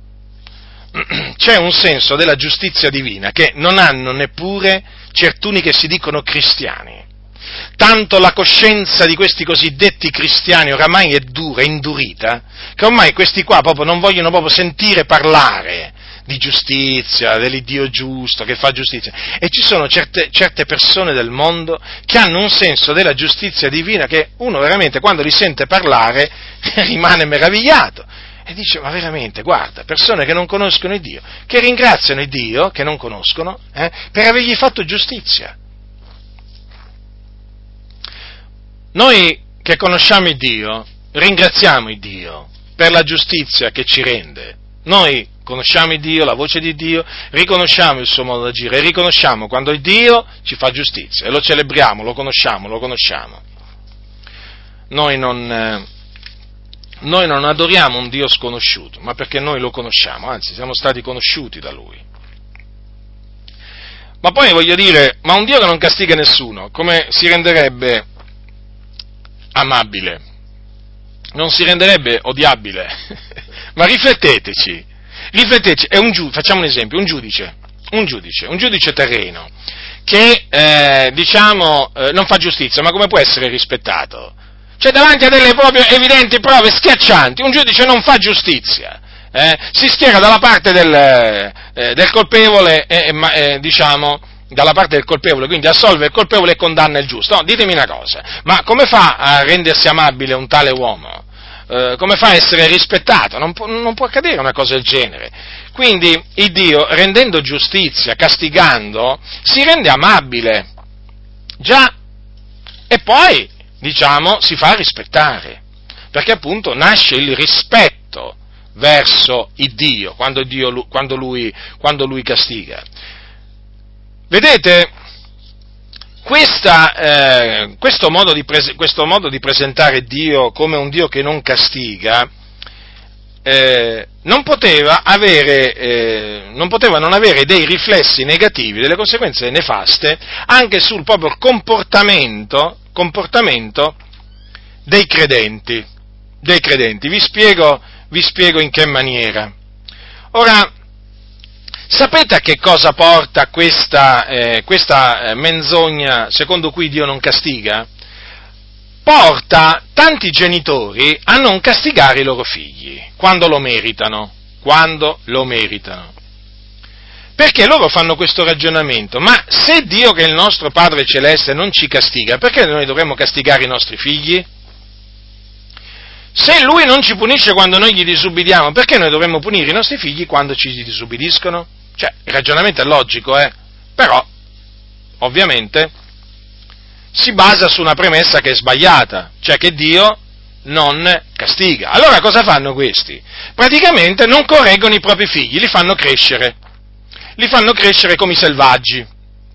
della giustizia divina che non hanno neppure certuni che si dicono cristiani. Tanto la coscienza di questi cosiddetti cristiani oramai è dura, è indurita, che ormai questi qua proprio non vogliono proprio sentire parlare di giustizia, dell'Iddio giusto che fa giustizia. E ci sono certe persone del mondo che hanno un senso della giustizia divina che uno veramente quando li sente parlare rimane meravigliato. E dice, ma veramente, guarda, persone che non conoscono il Dio, che ringraziano il Dio, che non conoscono, per avergli fatto giustizia. Noi che conosciamo il Dio, ringraziamo il Dio per la giustizia che ci rende. Noi conosciamo il Dio, la voce di Dio, riconosciamo il suo modo di agire e riconosciamo quando il Dio ci fa giustizia e lo celebriamo, lo conosciamo. Noi non adoriamo un Dio sconosciuto, ma perché noi lo conosciamo, anzi siamo stati conosciuti da Lui. Ma poi voglio dire, ma un Dio che non castiga nessuno, come si renderebbe amabile? Non si renderebbe odiabile? Ma rifletteteci, facciamo un esempio, un giudice terreno, che non fa giustizia, ma come può essere rispettato? Cioè davanti a delle proprio evidenti prove schiaccianti, un giudice non fa giustizia, si schiera dalla parte del colpevole, dalla parte del colpevole, quindi assolve il colpevole e condanna il giusto. No, ditemi una cosa, ma come fa a rendersi amabile un tale uomo? Come fa a essere rispettato? Non può accadere una cosa del genere. Quindi il Dio, rendendo giustizia, castigando, si rende amabile, già, e poi, si fa rispettare, perché appunto nasce il rispetto verso il Dio, quando lui castiga. Vedete, questo modo di presentare Dio come un Dio che non castiga non poteva non avere dei riflessi negativi, delle conseguenze nefaste anche sul proprio comportamento dei credenti. Vi spiego in che maniera. Ora, sapete a che cosa porta questa menzogna secondo cui Dio non castiga? Porta tanti genitori a non castigare i loro figli quando lo meritano. Perché loro fanno questo ragionamento: ma se Dio, che è il nostro Padre Celeste, non ci castiga, perché noi dovremmo castigare i nostri figli? Se Lui non ci punisce quando noi gli disubbidiamo, perché noi dovremmo punire i nostri figli quando ci disubbidiscono? Cioè, il ragionamento è logico, però, ovviamente, si basa su una premessa che è sbagliata, cioè che Dio non castiga. Allora cosa fanno questi? Praticamente non correggono i propri figli, li fanno crescere come i selvaggi.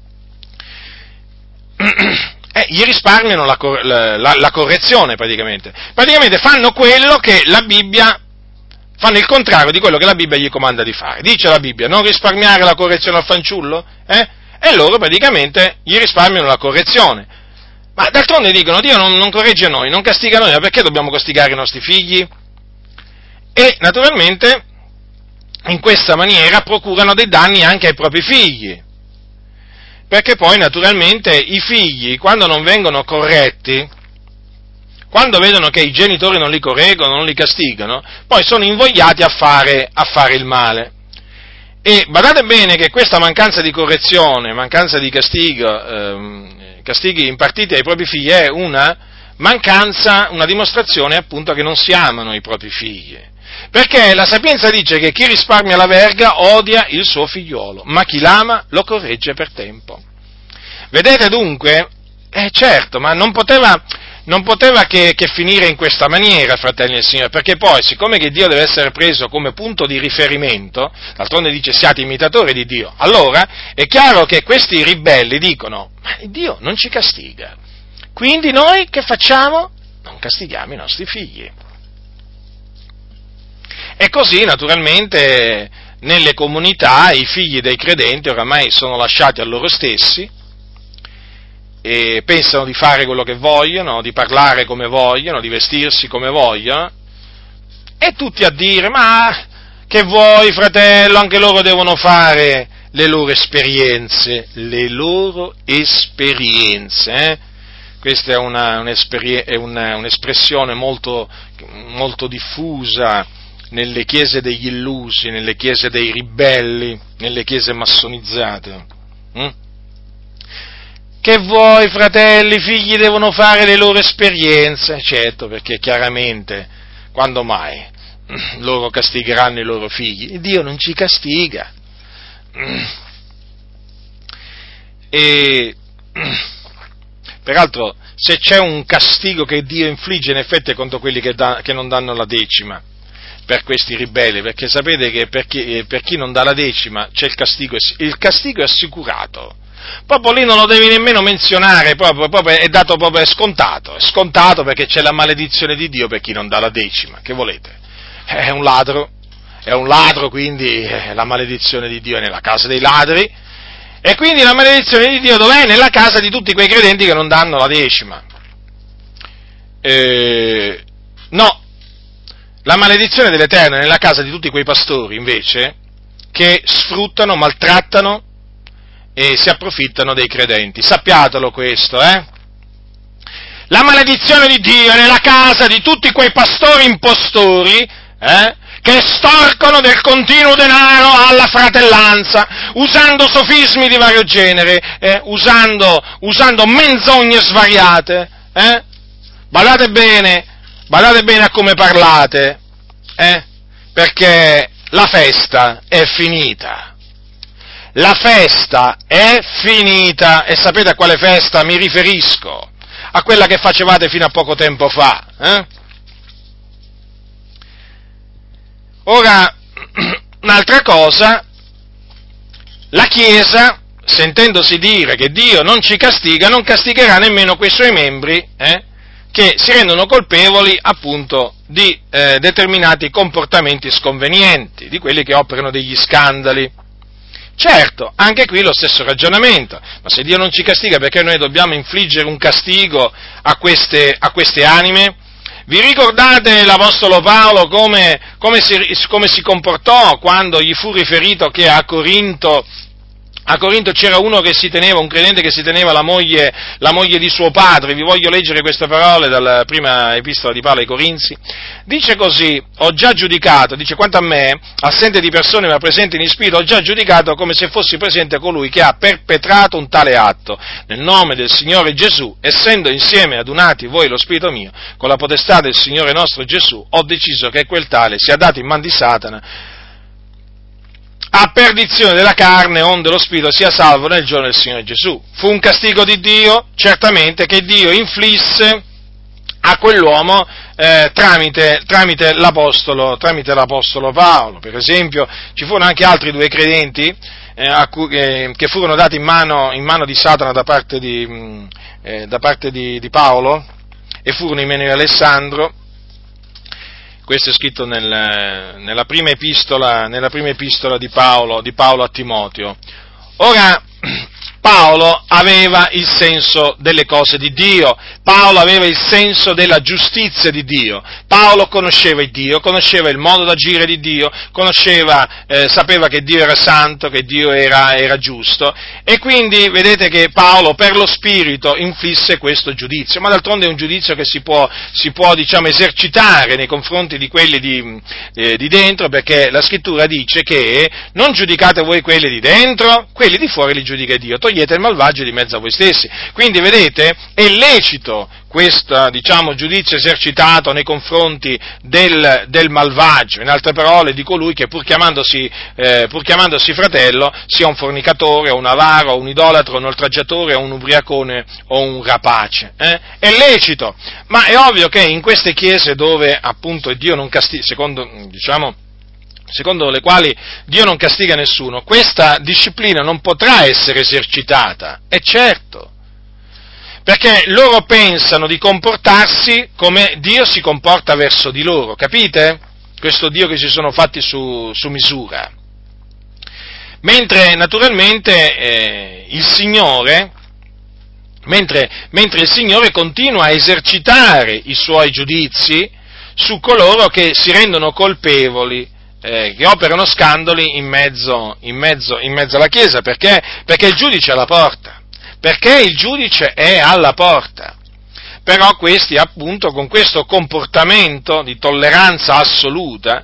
Gli risparmiano la correzione praticamente. Praticamente fanno quello che la Bibbia, fanno il contrario di quello che la Bibbia gli comanda di fare. Dice la Bibbia, non risparmiare la correzione al fanciullo? E loro praticamente gli risparmiano la correzione. Ma d'altronde dicono, Dio non corregge noi, non castiga noi, ma perché dobbiamo castigare i nostri figli? E naturalmente in questa maniera procurano dei danni anche ai propri figli. Perché poi naturalmente i figli, quando non vengono corretti, quando vedono che i genitori non li correggono, non li castigano, poi sono invogliati a fare il male. E badate bene che questa mancanza di correzione, mancanza di castighi impartiti ai propri figli è una dimostrazione appunto che non si amano i propri figli. Perché la sapienza dice che chi risparmia la verga odia il suo figliuolo, ma chi l'ama lo corregge per tempo. Vedete dunque? Certo, ma non poteva che finire in questa maniera, fratelli del Signore, perché poi, siccome che Dio deve essere preso come punto di riferimento, d'altronde dice siate imitatori di Dio, allora è chiaro che questi ribelli dicono, ma Dio non ci castiga, quindi noi che facciamo? Non castighiamo i nostri figli. E così, naturalmente, nelle comunità i figli dei credenti oramai sono lasciati a loro stessi, e pensano di fare quello che vogliono, di parlare come vogliono, di vestirsi come vogliono, e tutti a dire, ma che vuoi, fratello, anche loro devono fare le loro esperienze. Questa è un'espressione molto, molto diffusa nelle chiese degli illusi, nelle chiese dei ribelli, nelle chiese massonizzate. Che vuoi, fratelli, i figli devono fare le loro esperienze? Certo, perché chiaramente, quando mai loro castigheranno i loro figli? Dio non ci castiga. E peraltro, se c'è un castigo che Dio infligge, in effetti è contro quelli che non danno la decima, per questi ribelli, perché sapete che per chi non dà la decima c'è il castigo è assicurato. Proprio lì non lo devi nemmeno menzionare, proprio è dato proprio, è scontato perché c'è la maledizione di Dio per chi non dà la decima, che volete? È un ladro, quindi la maledizione di Dio è nella casa dei ladri, e quindi la maledizione di Dio dov'è? Nella casa di tutti quei credenti che non danno la decima. No, la maledizione dell'Eterno è nella casa di tutti quei pastori, invece, che sfruttano, maltrattano e si approfittano dei credenti. Sappiatelo questo, La maledizione di Dio è nella casa di tutti quei pastori impostori, che estorcono del continuo denaro alla fratellanza, usando sofismi di vario genere, usando menzogne svariate, Badate bene a come parlate, perché la festa è finita. La festa è finita, e sapete a quale festa mi riferisco? A quella che facevate fino a poco tempo fa. Ora, un'altra cosa, la Chiesa, sentendosi dire che Dio non ci castiga, non castigherà nemmeno quei suoi membri, che si rendono colpevoli appunto di determinati comportamenti sconvenienti, di quelli che operano degli scandali. Certo, anche qui lo stesso ragionamento, ma se Dio non ci castiga, perché noi dobbiamo infliggere un castigo a queste anime? Vi ricordate l'Apostolo Paolo come si comportò quando gli fu riferito che a Corinto c'era un credente che si teneva la moglie di suo padre? Vi voglio leggere queste parole dalla prima epistola di Paolo ai Corinzi. Dice così: ho già giudicato, dice, quanto a me, assente di persone ma presente in spirito, ho già giudicato come se fossi presente colui che ha perpetrato un tale atto. Nel nome del Signore Gesù, essendo insieme adunati voi lo spirito mio, con la potestà del Signore nostro Gesù, ho deciso che quel tale sia dato in man di Satana, a perdizione della carne, onde lo spirito sia salvo nel giorno del Signore Gesù. Fu un castigo di Dio, certamente, che Dio inflisse a quell'uomo tramite l'apostolo Paolo. Per esempio, ci furono anche altri due credenti che furono dati in mano di Satana da parte di Paolo, e furono Imeneo e Alessandro. Questo è scritto nella prima epistola di Paolo a Timoteo. Ora, Paolo aveva il senso delle cose di Dio, Paolo aveva il senso della giustizia di Dio, Paolo conosceva il Dio, conosceva il modo d'agire di Dio, sapeva che Dio era santo, che Dio era giusto, e quindi vedete che Paolo per lo Spirito inflisse questo giudizio, ma d'altronde è un giudizio che si può diciamo esercitare nei confronti di quelli di dentro, perché la Scrittura dice che non giudicate voi quelli di dentro, quelli di fuori li giudica Dio. Togliete togliete il malvagio di mezzo a voi stessi. Quindi, vedete, è lecito questo, giudizio esercitato nei confronti del malvagio, in altre parole, di colui che pur chiamandosi fratello, sia un fornicatore, o un avaro, o un idolatro, un oltraggiatore, o un ubriacone, o un rapace. È lecito, ma è ovvio che in queste chiese dove, appunto, Dio non castiga, secondo le quali Dio non castiga nessuno, questa disciplina non potrà essere esercitata, è certo, perché loro pensano di comportarsi come Dio si comporta verso di loro, capite? Questo Dio che si sono fatti su misura. Mentre naturalmente il Signore continua a esercitare i suoi giudizi su coloro che si rendono colpevoli, che operano scandali in mezzo alla Chiesa, perché il giudice è alla porta. Perché il giudice è alla porta. Però questi, appunto, con questo comportamento di tolleranza assoluta,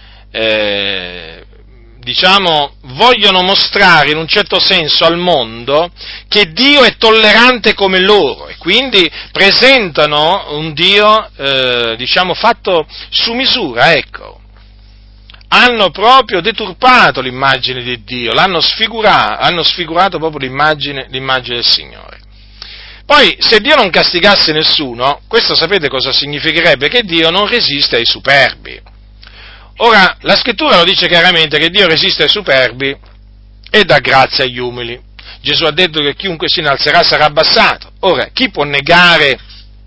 vogliono mostrare in un certo senso al mondo che Dio è tollerante come loro, e quindi presentano un Dio, fatto su misura, ecco. Hanno proprio deturpato l'immagine di Dio, hanno sfigurato proprio l'immagine del Signore. Poi, se Dio non castigasse nessuno, questo sapete cosa significherebbe? Che Dio non resiste ai superbi. Ora, la Scrittura lo dice chiaramente che Dio resiste ai superbi e dà grazia agli umili. Gesù ha detto che chiunque si innalzerà sarà abbassato. Ora, chi può negare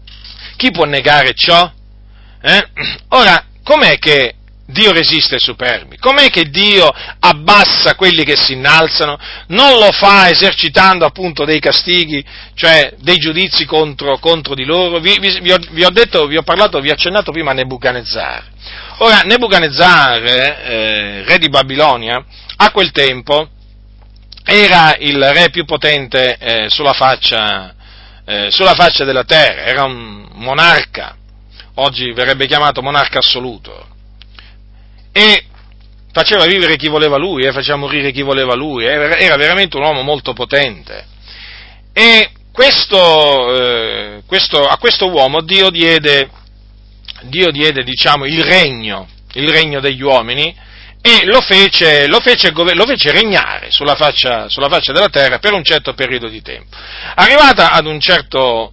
ciò? Ora, com'è che Dio resiste ai superbi? Com'è che Dio abbassa quelli che si innalzano? Non lo fa esercitando appunto dei castighi, cioè dei giudizi contro di loro? Vi ho accennato prima a Nebuchadnezzar. Ora, Nebuchadnezzar, re di Babilonia, a quel tempo era il re più potente sulla faccia della terra, era un monarca, oggi verrebbe chiamato monarca assoluto. E faceva vivere chi voleva lui, faceva morire chi voleva lui, era veramente un uomo molto potente. E a questo uomo Dio diede il regno degli uomini, e lo fece regnare sulla faccia della terra per un certo periodo di tempo. Arrivata ad un certo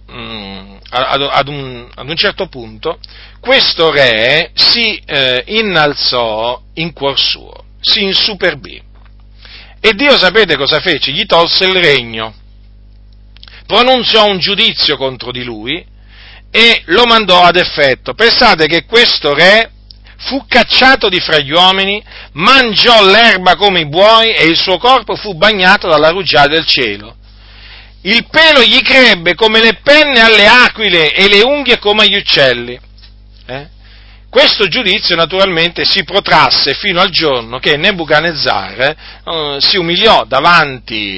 punto, questo re si innalzò in cuor suo, si insuperbì, e Dio sapete cosa fece? Gli tolse il regno, pronunziò un giudizio contro di lui e lo mandò ad effetto. Pensate che questo re fu cacciato di fra gli uomini, mangiò l'erba come i buoi e il suo corpo fu bagnato dalla rugiada del cielo. Il pelo gli crebbe come le penne alle aquile e le unghie come agli uccelli. Questo giudizio naturalmente si protrasse fino al giorno che Nebuchadnezzar si umiliò davanti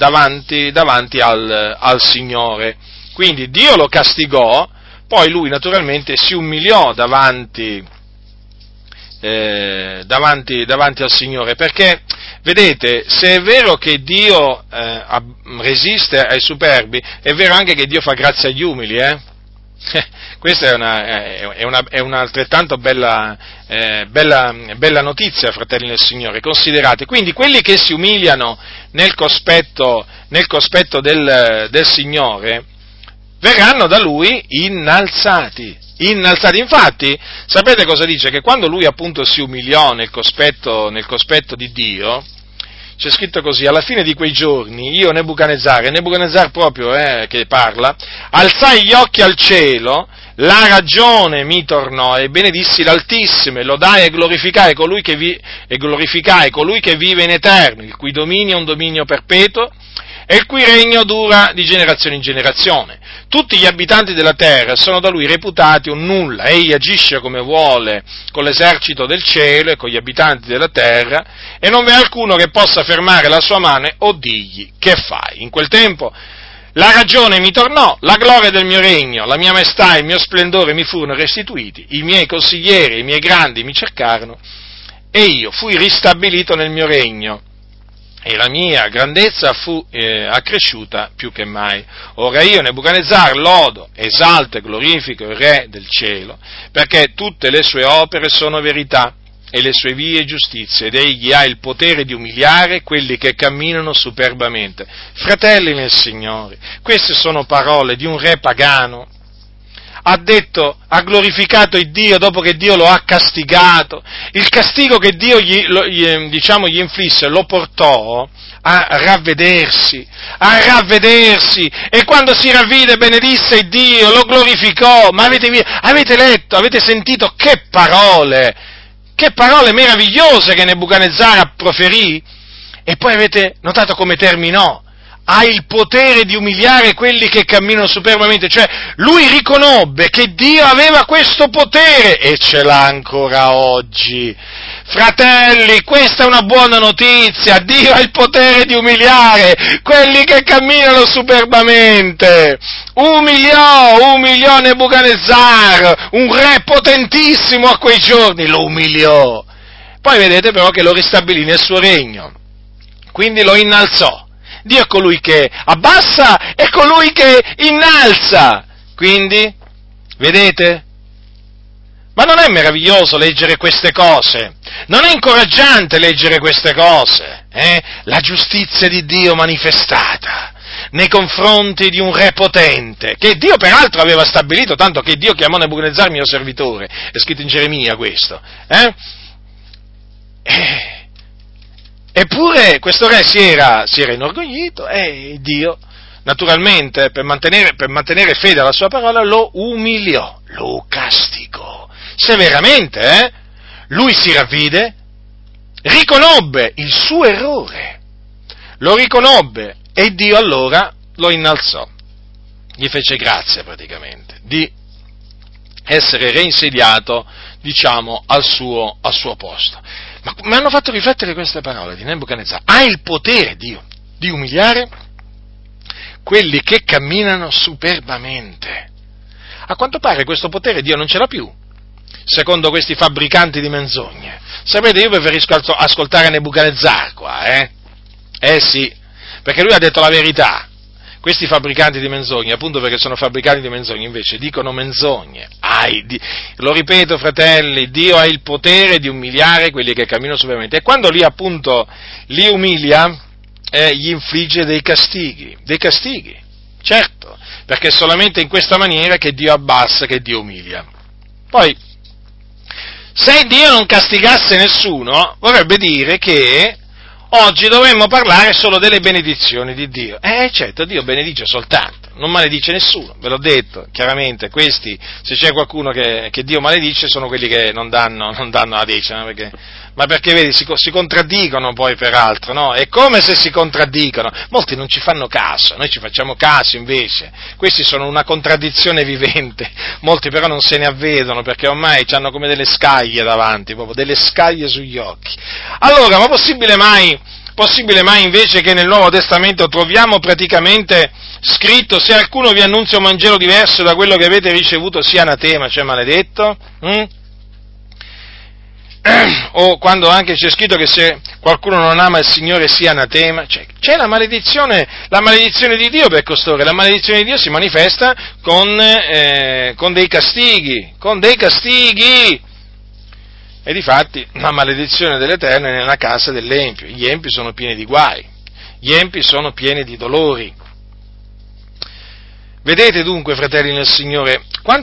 al Signore. Quindi Dio lo castigò, poi lui naturalmente si umiliò davanti al Signore, perché, vedete, se è vero che Dio resiste ai superbi, è vero anche che Dio fa grazia agli umili, Questa è una altrettanto bella notizia, fratelli del Signore. Considerate, quindi quelli che si umiliano nel cospetto del Signore verranno da Lui innalzati. Infatti, sapete cosa dice? Che quando Lui appunto si umiliò nel cospetto di Dio, c'è scritto così: alla fine di quei giorni io Nebuchadnezzar proprio che parla, alzai gli occhi al cielo, la ragione mi tornò e benedissi l'Altissimo, e lodai e glorificai colui che vive in eterno, il cui dominio è un dominio perpetuo e il cui regno dura di generazione in generazione. Tutti gli abitanti della terra sono da lui reputati un nulla, egli agisce come vuole con l'esercito del cielo e con gli abitanti della terra, e non v'è alcuno che possa fermare la sua mano o dirgli: che fai? In quel tempo la ragione mi tornò, la gloria del mio regno, la mia maestà e il mio splendore mi furono restituiti, i miei consiglieri, i miei grandi mi cercarono, e io fui ristabilito nel mio regno. e la mia grandezza fu accresciuta più che mai. Ora io, Nebuchadnezzar, lodo, esalto e glorifico il Re del cielo, perché tutte le sue opere sono verità e le sue vie giustizia, ed egli ha il potere di umiliare quelli che camminano superbamente. Fratelli nel Signore, queste sono parole di un re pagano. Ha glorificato il Dio dopo che Dio lo ha castigato. Il castigo che Dio gli inflisse lo portò a ravvedersi, e quando si ravvide benedisse il Dio, lo glorificò. Ma avete letto, avete sentito che parole meravigliose che Nebuchadnezzar proferì? E poi avete notato come terminò? Ha il potere di umiliare quelli che camminano superbamente, cioè lui riconobbe che Dio aveva questo potere e ce l'ha ancora oggi. Fratelli, questa è una buona notizia, Dio ha il potere di umiliare quelli che camminano superbamente. Umiliò Nebuchadnezzar, un re potentissimo a quei giorni, lo umiliò. Poi vedete però che lo ristabilì nel suo regno, quindi lo innalzò. Dio è colui che abbassa e colui che innalza. Quindi, vedete? Ma non è meraviglioso leggere queste cose? Non è incoraggiante leggere queste cose? La giustizia di Dio manifestata nei confronti di un re potente, che Dio peraltro aveva stabilito, tanto che Dio chiamò Nebuchadnezzar mio servitore, è scritto in Geremia questo. Eppure questo re si era inorgoglito e Dio, naturalmente, per mantenere fede alla sua parola, lo umiliò, lo castigò severamente. Lui si ravvide, riconobbe il suo errore, lo riconobbe e Dio allora lo innalzò, gli fece grazia praticamente di essere reinsediato, diciamo, al suo posto. Ma mi hanno fatto riflettere queste parole di Nebuchadnezzar. Ha il potere, Dio, di umiliare quelli che camminano superbamente. A quanto pare questo potere Dio non ce l'ha più, secondo questi fabbricanti di menzogne. Sapete, io preferisco ascoltare Nebuchadnezzar qua, sì, perché lui ha detto la verità. Questi fabbricanti di menzogne, appunto perché sono fabbricanti di menzogne, invece dicono menzogne. Lo ripeto, fratelli, Dio ha il potere di umiliare quelli che camminano superbamente. E quando li umilia, gli infligge dei castighi, certo, perché è solamente in questa maniera che Dio abbassa, che Dio umilia. Poi, se Dio non castigasse nessuno, vorrebbe dire che oggi dovremmo parlare solo delle benedizioni di Dio. Certo, Dio benedice soltanto, non maledice nessuno, ve l'ho detto, chiaramente, questi, se c'è qualcuno che Dio maledice, sono quelli che non danno la decima, perché vedi, si contraddicono poi peraltro, no? È come se si contraddicono, molti non ci fanno caso, noi ci facciamo caso invece, questi sono una contraddizione vivente, molti però non se ne avvedono, perché ormai hanno come delle scaglie davanti, proprio delle scaglie sugli occhi. Allora, ma possibile mai invece che nel Nuovo Testamento troviamo praticamente scritto: se qualcuno vi annunzia un Vangelo diverso da quello che avete ricevuto sia anatema, cioè maledetto? O quando anche c'è scritto che se qualcuno non ama il Signore sia anatema, cioè, c'è la maledizione di Dio per costoro. La maledizione di Dio si manifesta con dei castighi, e difatti la maledizione dell'Eterno è nella casa dell'empio. Gli empi sono pieni di guai, gli empi sono pieni di dolori. Vedete dunque, fratelli nel Signore,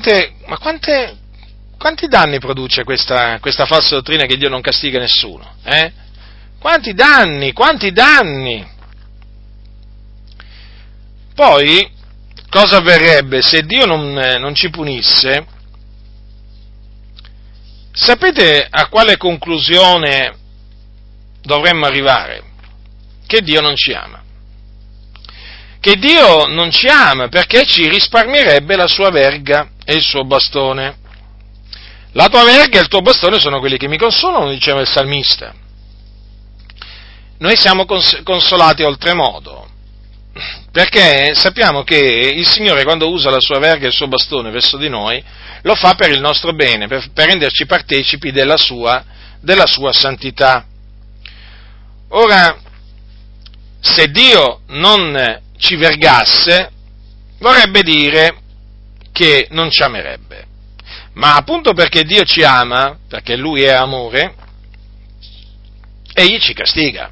quanti danni produce questa falsa dottrina che Dio non castiga nessuno? Quanti danni! Poi, cosa avverrebbe se Dio non ci punisse? Sapete a quale conclusione dovremmo arrivare? Che Dio non ci ama. Che Dio non ci ama perché ci risparmierebbe la sua verga e il suo bastone. La tua verga e il tuo bastone sono quelli che mi consolano, diceva il salmista. Noi siamo consolati oltremodo, perché sappiamo che il Signore, quando usa la sua verga e il suo bastone verso di noi, lo fa per il nostro bene, per renderci partecipi della sua santità. Ora, se Dio non ci vergasse, vorrebbe dire che non ci amerebbe. Ma appunto perché Dio ci ama, perché Lui è amore, Egli ci castiga.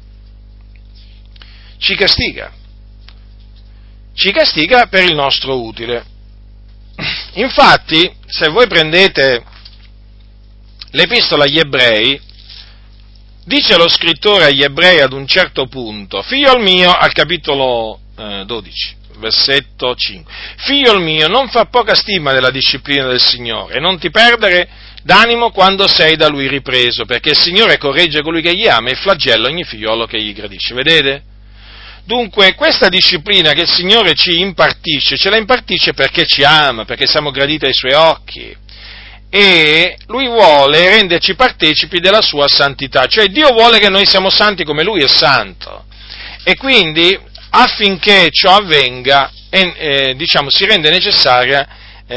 Ci castiga per il nostro utile. Infatti, se voi prendete l'Epistola agli Ebrei, dice lo scrittore agli Ebrei ad un certo punto, figliol mio, al capitolo 12, versetto 5, figliol mio, non fa poca stima della disciplina del Signore, e non ti perdere d'animo quando sei da Lui ripreso, perché il Signore corregge colui che gli ama e flagella ogni figliolo che gli gradisce. Vedete? Dunque, questa disciplina che il Signore ci impartisce, ce la impartisce perché ci ama, perché siamo graditi ai Suoi occhi, e Lui vuole renderci partecipi della Sua santità, cioè Dio vuole che noi siamo santi come Lui è santo, e quindi affinché ciò avvenga, si rende necessaria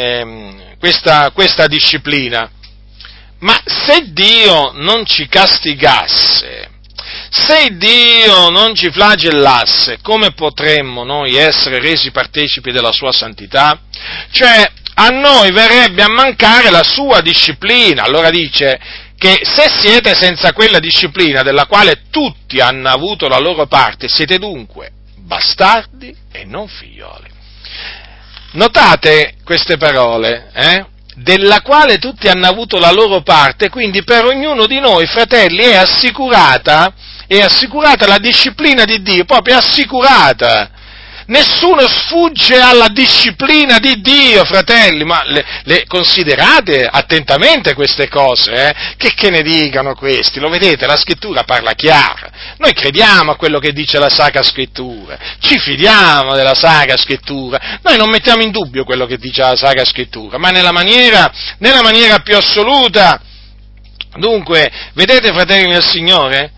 questa disciplina. Ma se Dio non ci castigasse, se Dio non ci flagellasse, come potremmo noi essere resi partecipi della Sua santità? Cioè, a noi verrebbe a mancare la Sua disciplina. Allora dice che se siete senza quella disciplina della quale tutti hanno avuto la loro parte, siete dunque bastardi e non figlioli. Notate queste parole, della quale tutti hanno avuto la loro parte, quindi per ognuno di noi, fratelli, è assicurata la disciplina di Dio, proprio assicurata. Nessuno sfugge alla disciplina di Dio, fratelli, ma le considerate attentamente queste cose, Che ne dicano questi? Lo vedete, la Scrittura parla chiaro. Noi crediamo a quello che dice la Sacra Scrittura, ci fidiamo della Sacra Scrittura, noi non mettiamo in dubbio quello che dice la Sacra Scrittura, ma nella maniera più assoluta. Dunque, vedete, fratelli nel Signore?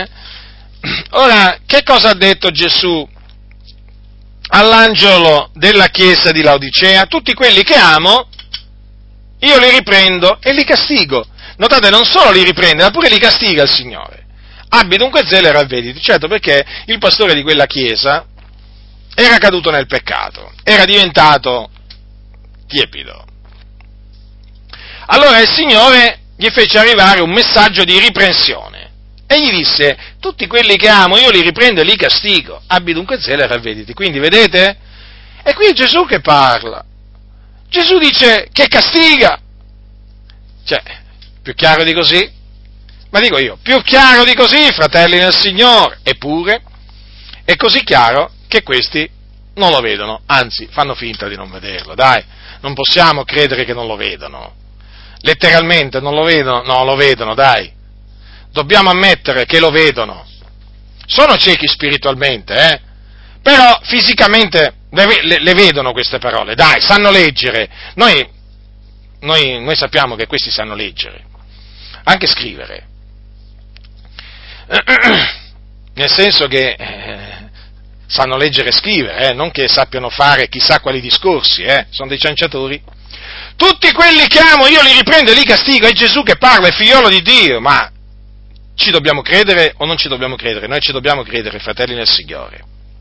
Ora, che cosa ha detto Gesù all'angelo della chiesa di Laodicea? Tutti quelli che amo, io li riprendo e li castigo. Notate, non solo li riprende, ma pure li castiga il Signore. Abbi dunque zelo e ravvediti. Certo, perché il pastore di quella chiesa era caduto nel peccato, era diventato tiepido. Allora il Signore gli fece arrivare un messaggio di riprensione e gli disse: tutti quelli che amo io li riprendo e li castigo, abbi dunque zelo e ravvediti. Quindi vedete? È qui Gesù che parla. Gesù dice che castiga. Cioè, più chiaro di così? Ma dico io, più chiaro di così, fratelli nel Signore. Eppure è così chiaro che questi non lo vedono, anzi fanno finta di non vederlo. Dai, non possiamo credere che non lo vedono. Letteralmente non lo vedono? No, lo vedono, dai. Dobbiamo ammettere che lo vedono. Sono ciechi spiritualmente, però fisicamente le vedono queste parole. Dai, sanno leggere. Noi sappiamo che questi sanno leggere, anche scrivere. Nel senso che sanno leggere e scrivere, non che sappiano fare chissà quali discorsi, sono dei cianciatori. Tutti quelli che amo io li riprendo e li castigo, è Gesù che parla, è figliolo di Dio, ma ci dobbiamo credere o non ci dobbiamo credere? Noi ci dobbiamo credere, fratelli nel Signore.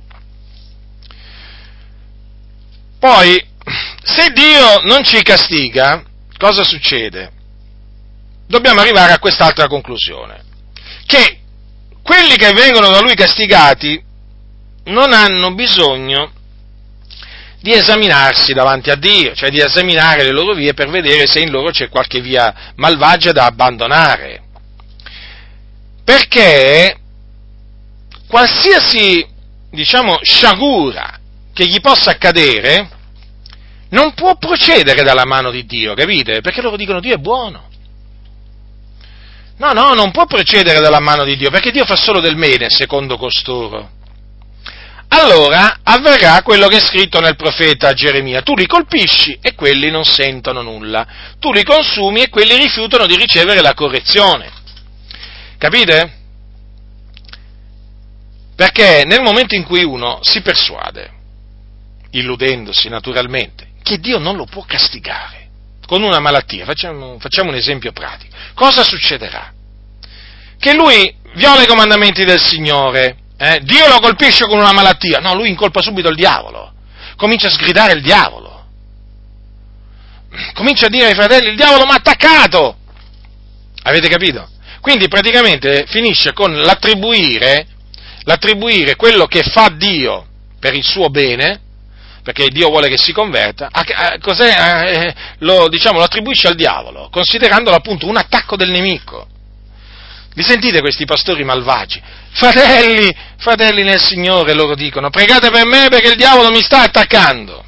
Poi, se Dio non ci castiga, cosa succede? Dobbiamo arrivare a quest'altra conclusione, che quelli che vengono da Lui castigati non hanno bisogno di esaminarsi davanti a Dio, cioè di esaminare le loro vie per vedere se in loro c'è qualche via malvagia da abbandonare. Perché qualsiasi, sciagura che gli possa accadere non può procedere dalla mano di Dio, capite? Perché loro dicono Dio è buono. No, non può procedere dalla mano di Dio, perché Dio fa solo del bene, secondo costoro. Allora avverrà quello che è scritto nel profeta Geremia: tu li colpisci e quelli non sentono nulla, tu li consumi e quelli rifiutano di ricevere la correzione. Capite? Perché nel momento in cui uno si persuade, illudendosi naturalmente, che Dio non lo può castigare con una malattia, facciamo un esempio pratico, cosa succederà? Che lui viola i comandamenti del Signore, Dio lo colpisce con una malattia, no, lui incolpa subito il diavolo, comincia a sgridare il diavolo, comincia a dire ai fratelli: il diavolo mi ha attaccato, avete capito? Quindi praticamente finisce con l'attribuire quello che fa Dio per il suo bene, perché Dio vuole che si converta, lo attribuisce al diavolo, considerandolo appunto un attacco del nemico. Vi sentite questi pastori malvagi? Fratelli nel Signore, loro dicono: pregate per me perché il diavolo mi sta attaccando.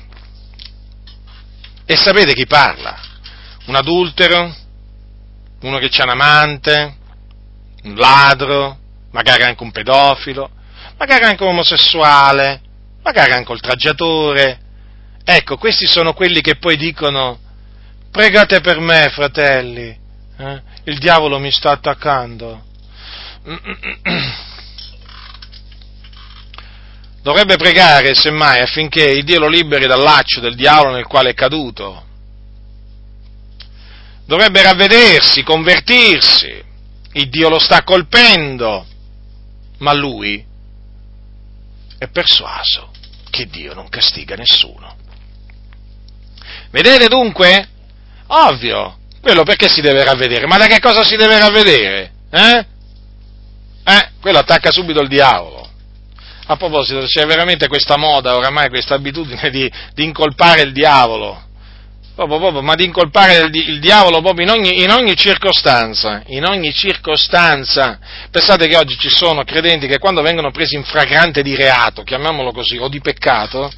E sapete chi parla? Un adultero, uno che c'ha un amante, un ladro, magari anche un pedofilo, magari anche un omosessuale, magari anche oltraggiatore. Ecco, questi sono quelli che poi dicono: pregate per me, fratelli, il diavolo mi sta attaccando. Dovrebbe pregare, semmai, affinché il Dio lo liberi dal laccio del diavolo nel quale è caduto. Dovrebbe ravvedersi, convertirsi. Il Dio lo sta colpendo, ma lui è persuaso che Dio non castiga nessuno. Vedete dunque? Ovvio, quello perché si deve ravvedere? Ma da che cosa si deve ravvedere? Quello attacca subito il diavolo. A proposito, c'è veramente questa moda, oramai questa abitudine di incolpare il diavolo, proprio, ma di incolpare il diavolo proprio in ogni circostanza. Pensate che oggi ci sono credenti che quando vengono presi in flagrante di reato, chiamiamolo così, o di peccato,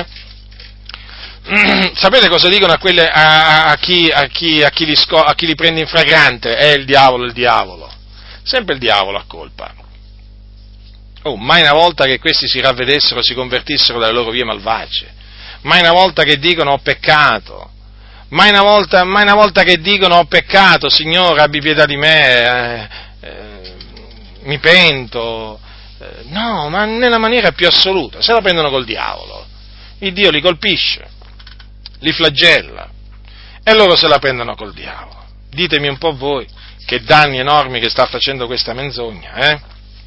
sapete cosa dicono a chi li prende in flagrante? È il diavolo. Sempre il diavolo a colpa. Mai una volta che questi si ravvedessero, si convertissero dalle loro vie malvagie, mai una volta che dicono: ho peccato, mai una volta che dicono: ho peccato, Signore, abbi pietà di me, mi pento, no, ma nella maniera più assoluta, se la prendono col diavolo, il Dio li colpisce, li flagella, e loro se la prendono col diavolo. Ditemi un po' voi che danni enormi che sta facendo questa menzogna,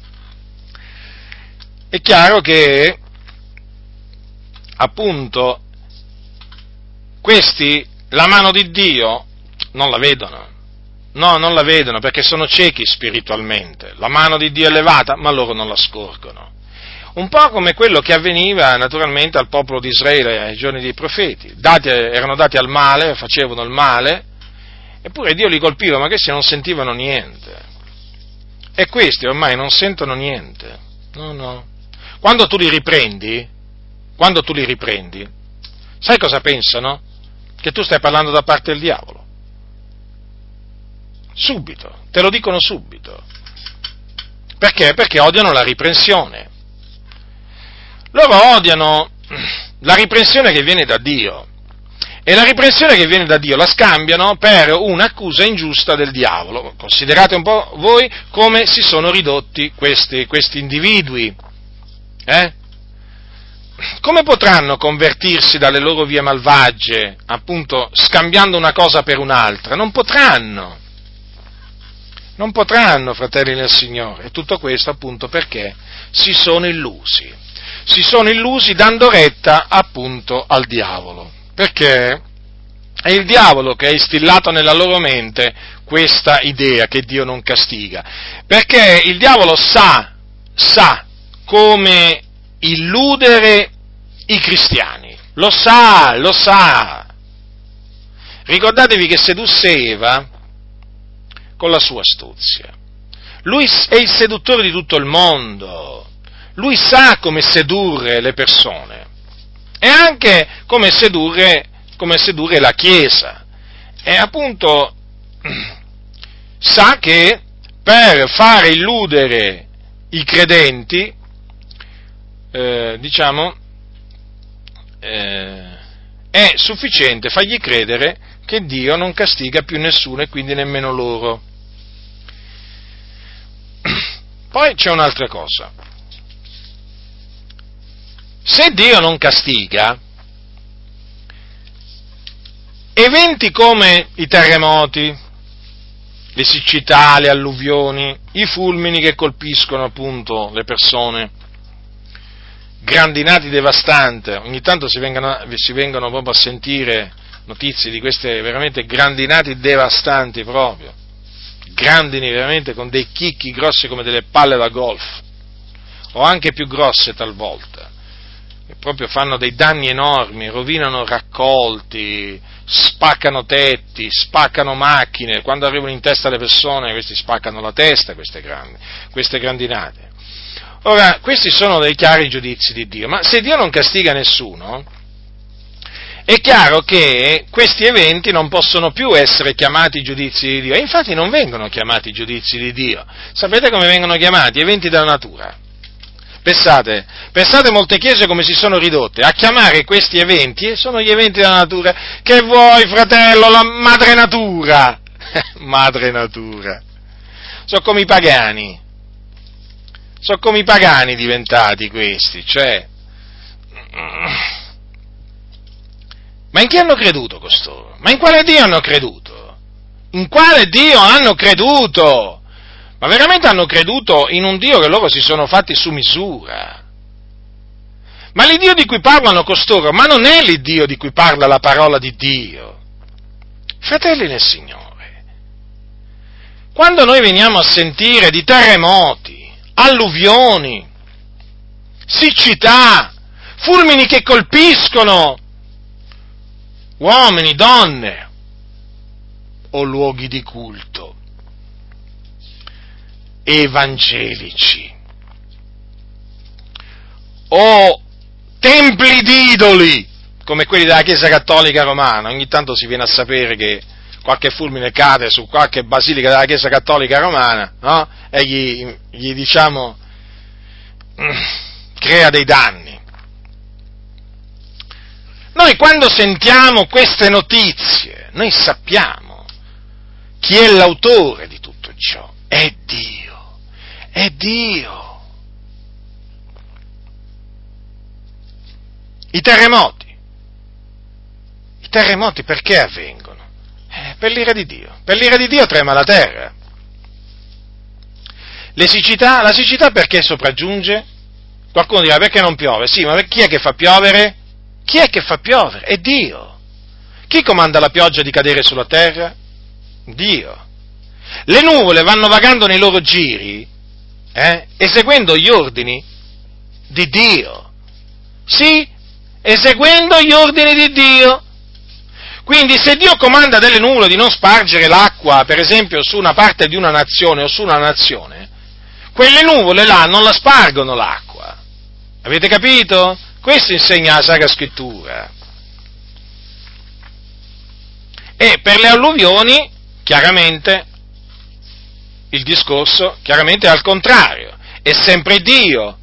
È chiaro che, appunto, questi la mano di Dio non la vedono. No, non la vedono perché sono ciechi spiritualmente. La mano di Dio è elevata, ma loro non la scorgono. Un po' come quello che avveniva naturalmente al popolo di Israele ai giorni dei profeti. Erano dati al male, facevano il male, eppure Dio li colpiva, ma questi non sentivano niente. E questi ormai non sentono niente. No. Quando tu li riprendi, sai cosa pensano? Che tu stai parlando da parte del diavolo. Subito, te lo dicono subito. Perché? Perché odiano la riprensione. Loro odiano la riprensione che viene da Dio. E la riprensione che viene da Dio la scambiano per un'accusa ingiusta del diavolo. Considerate un po' voi come si sono ridotti questi individui. Come potranno convertirsi dalle loro vie malvagie, appunto, scambiando una cosa per un'altra? Non potranno, fratelli nel Signore. E tutto questo, appunto, perché si sono illusi dando retta, appunto, al diavolo. Perché è il diavolo che ha instillato nella loro mente questa idea che Dio non castiga. Perché il diavolo sa come illudere i cristiani. Lo sa. Ricordatevi che sedusse Eva con la sua astuzia. Lui è il seduttore di tutto il mondo. Lui sa come sedurre le persone e anche come sedurre la Chiesa. E appunto sa che per fare illudere i credenti, è sufficiente fargli credere che Dio non castiga più nessuno e quindi nemmeno loro. Poi c'è un'altra cosa. Se Dio non castiga, eventi come i terremoti, le siccità, le alluvioni, i fulmini che colpiscono appunto le persone, grandinate devastanti. Ogni tanto si vengono proprio a sentire notizie di queste veramente grandinate devastanti proprio, grandini veramente con dei chicchi grossi come delle palle da golf, o anche più grosse talvolta, che proprio fanno dei danni enormi, rovinano raccolti, spaccano tetti, spaccano macchine, quando arrivano in testa alle persone questi spaccano la testa, queste grandinate. Ora, questi sono dei chiari giudizi di Dio, ma se Dio non castiga nessuno, è chiaro che questi eventi non possono più essere chiamati giudizi di Dio, e infatti non vengono chiamati giudizi di Dio. Sapete come vengono chiamati? Eventi della natura. Pensate molte chiese come si sono ridotte a chiamare questi eventi, e sono gli eventi della natura. Che vuoi, fratello, la madre natura? Madre natura. Sono come i pagani diventati questi, cioè. Ma in chi hanno creduto costoro? Ma in quale Dio hanno creduto? In quale Dio hanno creduto? Ma veramente hanno creduto in un Dio che loro si sono fatti su misura. Ma l'Iddio di cui parlano costoro, ma non è l'Iddio di cui parla la parola di Dio. Fratelli nel Signore, quando noi veniamo a sentire di terremoti, alluvioni, siccità, fulmini che colpiscono uomini, donne o luoghi di culto evangelici o templi di idoli come quelli della Chiesa Cattolica Romana, ogni tanto si viene a sapere che qualche fulmine cade su qualche basilica della Chiesa Cattolica Romana, no? E gli diciamo crea dei danni. Noi quando sentiamo queste notizie, noi sappiamo chi è l'autore di tutto ciò, è Dio, è Dio. I terremoti perché avvengono? Per l'ira di Dio trema la terra. La siccità perché sopraggiunge? Qualcuno dirà perché non piove? Sì, ma chi è che fa piovere? Chi è che fa piovere? È Dio. Chi comanda la pioggia di cadere sulla terra? Dio. Le nuvole vanno vagando nei loro giri, eseguendo gli ordini di Dio. Sì, eseguendo gli ordini di Dio. Quindi se Dio comanda delle nuvole di non spargere l'acqua, per esempio, su una parte di una nazione o su una nazione, quelle nuvole là non la spargono l'acqua. Avete capito? Questo insegna la Sacra Scrittura. E per le alluvioni, chiaramente, il discorso chiaramente è al contrario. È sempre Dio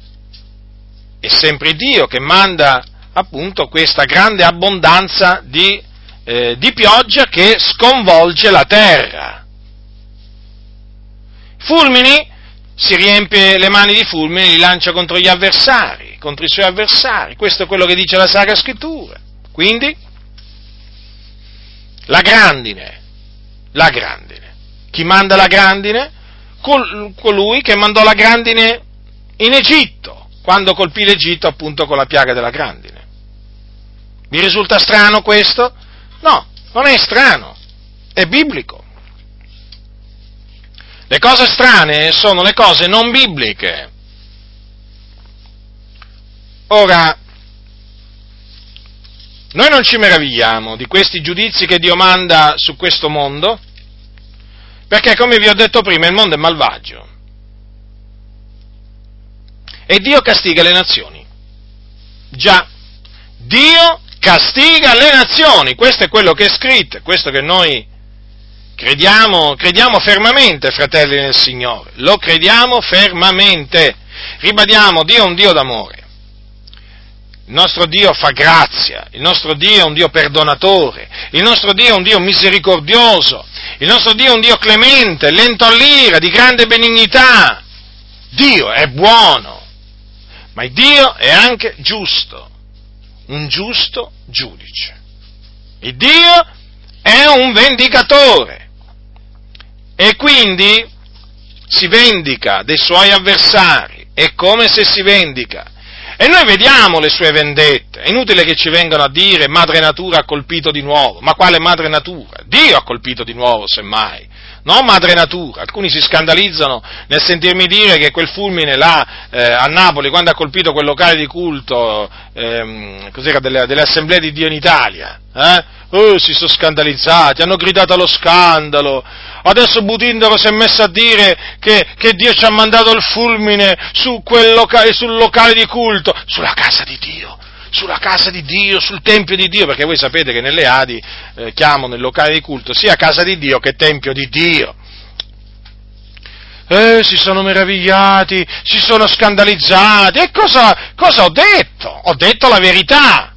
che manda appunto questa grande abbondanza di pioggia che sconvolge la terra. Fulmini, si riempie le mani di fulmini, li lancia contro gli avversari, contro i suoi avversari. Questo è quello che dice la Sacra Scrittura. Quindi, la grandine. Chi manda la grandine? Colui che mandò la grandine in Egitto, quando colpì l'Egitto appunto con la piaga della grandine. Vi risulta strano questo? No, non è strano, è biblico. Le cose strane sono le cose non bibliche. Ora, noi non ci meravigliamo di questi giudizi che Dio manda su questo mondo, perché, come vi ho detto prima, il mondo è malvagio. E Dio castiga le nazioni. Già, Dio castiga le nazioni. Questo è quello che è scritto, è questo che noi crediamo fermamente, fratelli nel Signore. Lo crediamo fermamente. Ribadiamo, Dio è un Dio d'amore. Il nostro Dio fa grazia, il nostro Dio è un Dio perdonatore, il nostro Dio è un Dio misericordioso, il nostro Dio è un Dio clemente, lento all'ira, di grande benignità. Dio è buono, ma il Dio è anche giusto, un giusto giudice. Il Dio è un vendicatore e quindi si vendica dei suoi avversari, è come se si vendica. E noi vediamo le sue vendette, è inutile che ci vengano a dire madre natura ha colpito di nuovo, ma quale madre natura? Dio ha colpito di nuovo, semmai, non madre natura. Alcuni si scandalizzano nel sentirmi dire che quel fulmine là a Napoli, quando ha colpito quel locale di culto, cos'era, delle assemblee di Dio in Italia, si sono scandalizzati, hanno gridato allo scandalo. Adesso Butindaro si è messo a dire che Dio ci ha mandato il fulmine su quel locale, sul locale di culto, sulla casa di Dio, sul Tempio di Dio, perché voi sapete che nelle Adi chiamano il locale di culto sia casa di Dio che Tempio di Dio. Si sono meravigliati, si sono scandalizzati, e cosa ho detto? Ho detto la verità,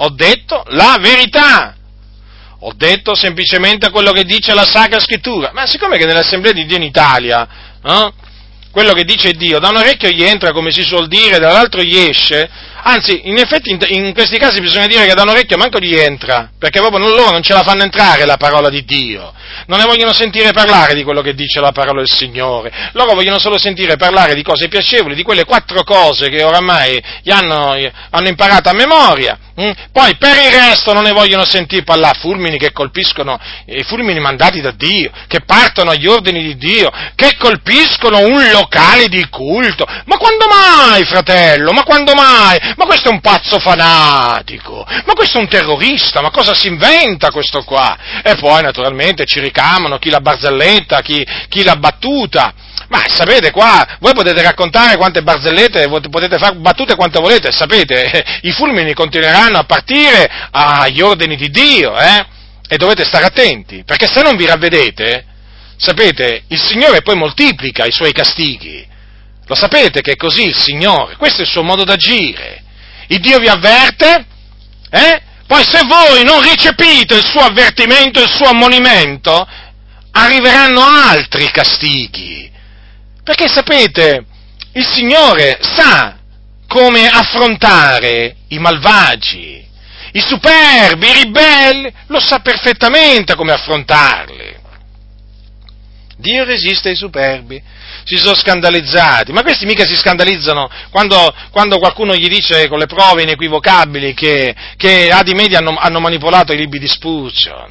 Ho detto semplicemente quello che dice la Sacra Scrittura, ma siccome che nell'Assemblea di Dio in Italia, quello che dice Dio, da un orecchio gli entra, come si suol dire, dall'altro gli esce, anzi, in effetti in questi casi bisogna dire che da un orecchio manco gli entra, perché proprio loro non ce la fanno entrare la parola di Dio, non ne vogliono sentire parlare di quello che dice la parola del Signore, loro vogliono solo sentire parlare di cose piacevoli, di quelle 4 cose che oramai gli hanno imparato a memoria. Poi per il resto non ne vogliono sentire parlare, fulmini che colpiscono, i fulmini mandati da Dio, che partono agli ordini di Dio, che colpiscono un locale di culto. Ma quando mai, fratello? Ma quando mai? Ma questo è un pazzo fanatico, ma questo è un terrorista, ma cosa si inventa questo qua? E poi naturalmente ci ricamano chi l'ha barzelletta, chi l'ha battuta. Ma sapete qua, voi potete raccontare quante barzellette, potete fare battute quante volete, sapete, i fulmini continueranno a partire agli ordini di Dio, e dovete stare attenti, perché se non vi ravvedete, sapete, il Signore poi moltiplica i suoi castighi, lo sapete che è così il Signore, questo è il suo modo d'agire, il Dio vi avverte, poi se voi non recepite il suo avvertimento, il suo ammonimento, arriveranno altri castighi. Perché sapete, il Signore sa come affrontare i malvagi, i superbi, i ribelli, lo sa perfettamente come affrontarli. Dio resiste ai superbi, si sono scandalizzati, ma questi mica si scandalizzano quando qualcuno gli dice con le prove inequivocabili che Adi Media hanno manipolato i libri di Spurgeon.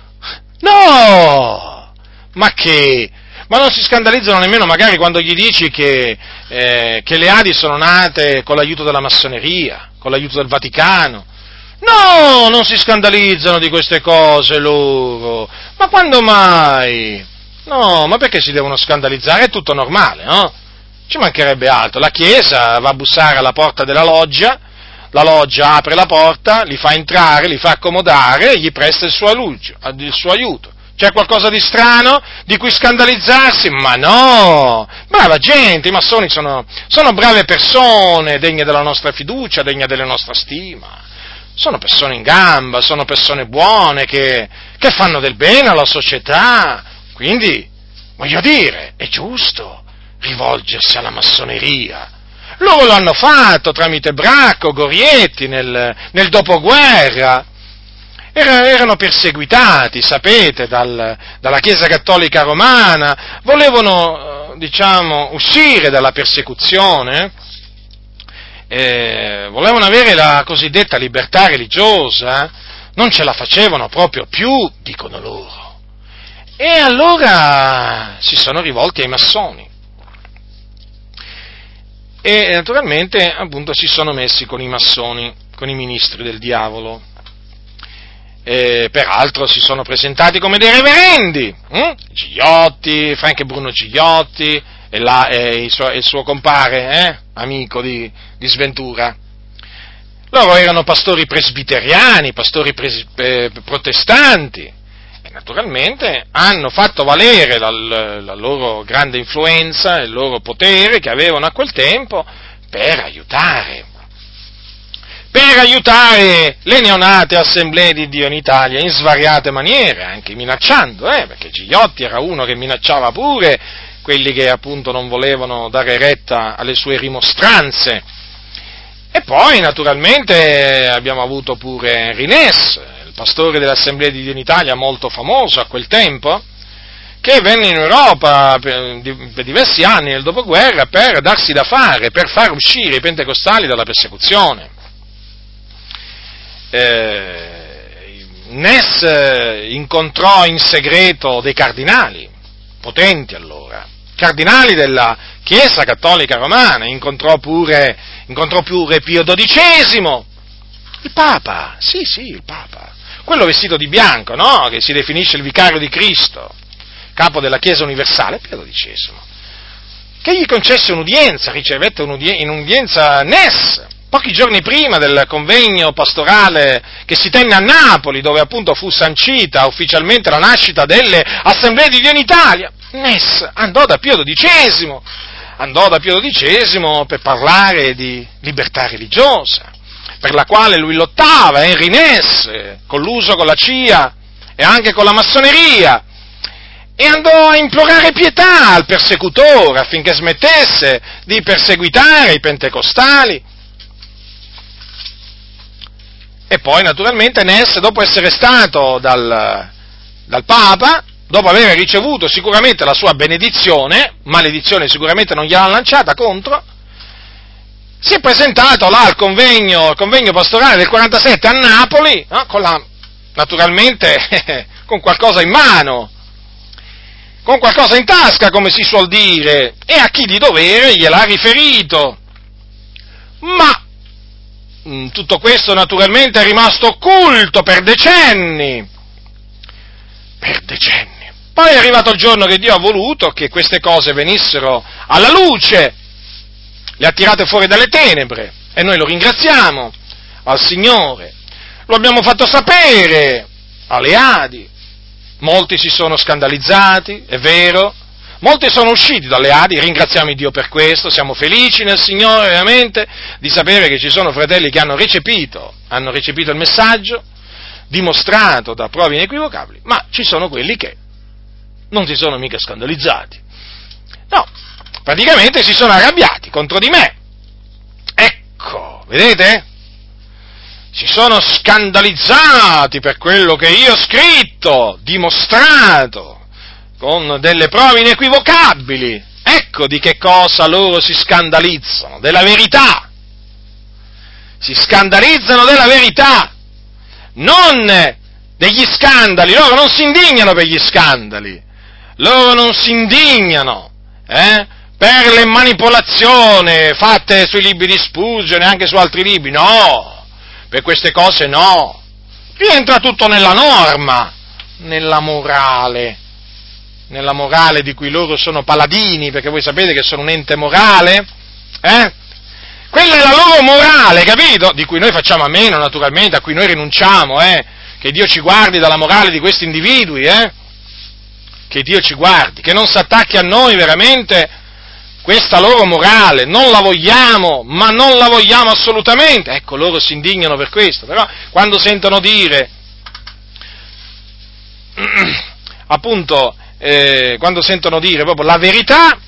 No! Ma che? Ma non si scandalizzano nemmeno magari quando gli dici che le Adi sono nate con l'aiuto della massoneria, con l'aiuto del Vaticano. No, non si scandalizzano di queste cose loro. Ma quando mai? No, ma perché si devono scandalizzare? È tutto normale, no? Ci mancherebbe altro. La Chiesa va a bussare alla porta della loggia, la loggia apre la porta, li fa entrare, li fa accomodare e gli presta il suo aiuto. C'è qualcosa di strano di cui scandalizzarsi? Ma no! Brava gente, i massoni sono brave persone, degne della nostra fiducia, degne della nostra stima. Sono persone in gamba, sono persone buone che fanno del bene alla società. Quindi, voglio dire, è giusto rivolgersi alla massoneria. Loro lo hanno fatto tramite Bracco, Gorietti nel dopoguerra. Erano perseguitati, sapete, dalla Chiesa Cattolica Romana, volevano, uscire dalla persecuzione, volevano avere la cosiddetta libertà religiosa, non ce la facevano proprio più, dicono loro. E allora si sono rivolti ai massoni. E naturalmente, appunto, si sono messi con i massoni, con i ministri del diavolo. Peraltro si sono presentati come dei reverendi, Gigliotti, Franco e Bruno Gigliotti, e il suo compare, amico di Sventura. Loro erano pastori presbiteriani, pastori protestanti, e naturalmente hanno fatto valere la loro grande influenza, il loro potere che avevano a quel tempo per aiutare le neonate assemblee di Dio in Italia in svariate maniere, anche minacciando, perché Gigliotti era uno che minacciava pure quelli che appunto non volevano dare retta alle sue rimostranze. E poi naturalmente abbiamo avuto pure Henry Ness, il pastore dell'Assemblea di Dio in Italia molto famoso a quel tempo, che venne in Europa per diversi anni nel dopoguerra per darsi da fare, per far uscire i pentecostali dalla persecuzione. Ness incontrò in segreto dei cardinali, potenti allora, cardinali della Chiesa Cattolica Romana, incontrò pure Pio XII, il Papa, sì, il Papa, quello vestito di bianco, no? Che si definisce il vicario di Cristo, capo della Chiesa universale, Pio XII, che gli concesse un'udienza, ricevette in un'udienza Ness, pochi giorni prima del convegno pastorale che si tenne a Napoli, dove appunto fu sancita ufficialmente la nascita delle Assemblee di Dio in Italia. Ness andò da Pio XII per parlare di libertà religiosa, per la quale lui lottava, Henry Ness, colluso con la CIA e anche con la massoneria, e andò a implorare pietà al persecutore affinché smettesse di perseguitare i pentecostali. E poi naturalmente Ness, dopo essere stato dal Papa, dopo aver ricevuto sicuramente la sua benedizione, maledizione sicuramente non gliel'ha lanciata contro, si è presentato là al convegno pastorale del 47 a Napoli, no? Naturalmente con qualcosa in mano, con qualcosa in tasca, come si suol dire, e a chi di dovere gliel'ha riferito. Ma tutto questo naturalmente è rimasto occulto per decenni. Poi è arrivato il giorno che Dio ha voluto che queste cose venissero alla luce, le ha tirate fuori dalle tenebre, e noi lo ringraziamo al Signore. Lo abbiamo fatto sapere alle Adi, molti si sono scandalizzati, è vero, molti sono usciti dalle Adi, ringraziamo Dio per questo, siamo felici nel Signore veramente di sapere che ci sono fratelli che hanno recepito il messaggio, dimostrato da prove inequivocabili, ma ci sono quelli che non si sono mica scandalizzati. No, praticamente si sono arrabbiati contro di me. Ecco, vedete? Si sono scandalizzati per quello che io ho scritto, dimostrato, con delle prove inequivocabili. Ecco di che cosa loro si scandalizzano, della verità. Si scandalizzano della verità, non degli scandali. Loro non si indignano per gli scandali, loro non si indignano per le manipolazioni fatte sui libri di Spurgeon e anche su altri libri, no, per queste cose no, rientra tutto nella norma, nella morale di cui loro sono paladini, perché voi sapete che sono un ente morale, quella è la loro morale, capito? Di cui noi facciamo a meno, naturalmente, a cui noi rinunciamo, che Dio ci guardi dalla morale di questi individui, che Dio ci guardi, che non si attacchi a noi veramente questa loro morale, non la vogliamo, ma non la vogliamo assolutamente. Ecco, loro si indignano per questo, però quando sentono dire, appunto, quando sentono dire proprio la verità,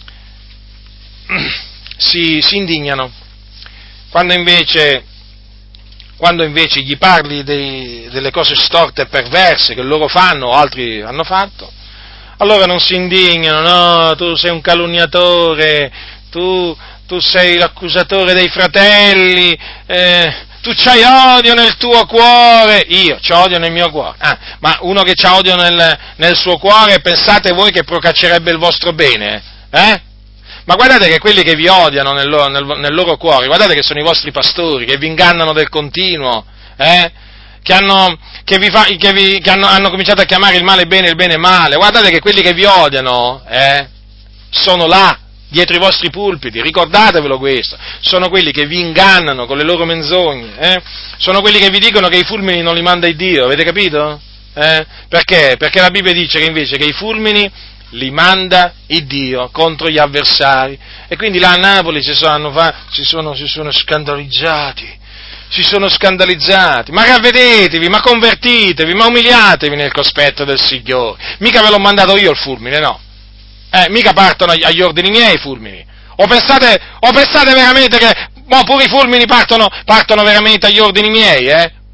si indignano. Quando invece gli parli delle cose storte e perverse che loro fanno o altri hanno fatto, allora non si indignano. No, tu sei un calunniatore, tu sei l'accusatore dei fratelli, tu c'hai odio nel tuo cuore. Io c'ho odio nel mio cuore. Ma uno che c'ha odio nel suo cuore, pensate voi che procaccerebbe il vostro bene? Ma guardate che quelli che vi odiano nel loro cuore, guardate che sono i vostri pastori, che vi ingannano del continuo, che hanno cominciato a chiamare il male bene e il bene male. Guardate che quelli che vi odiano sono là, dietro i vostri pulpiti, ricordatevelo questo, sono quelli che vi ingannano con le loro menzogne, sono quelli che vi dicono che i fulmini non li manda il Dio, avete capito? Perché? Perché la Bibbia dice che invece che i fulmini li manda il Dio contro gli avversari, e quindi là a Napoli si sono scandalizzati, ma ravvedetevi, ma convertitevi, ma umiliatevi nel cospetto del Signore. Mica ve l'ho mandato io il fulmine, no? Mica partono agli ordini miei i fulmini. O pensate veramente che pure i fulmini partono veramente agli ordini miei,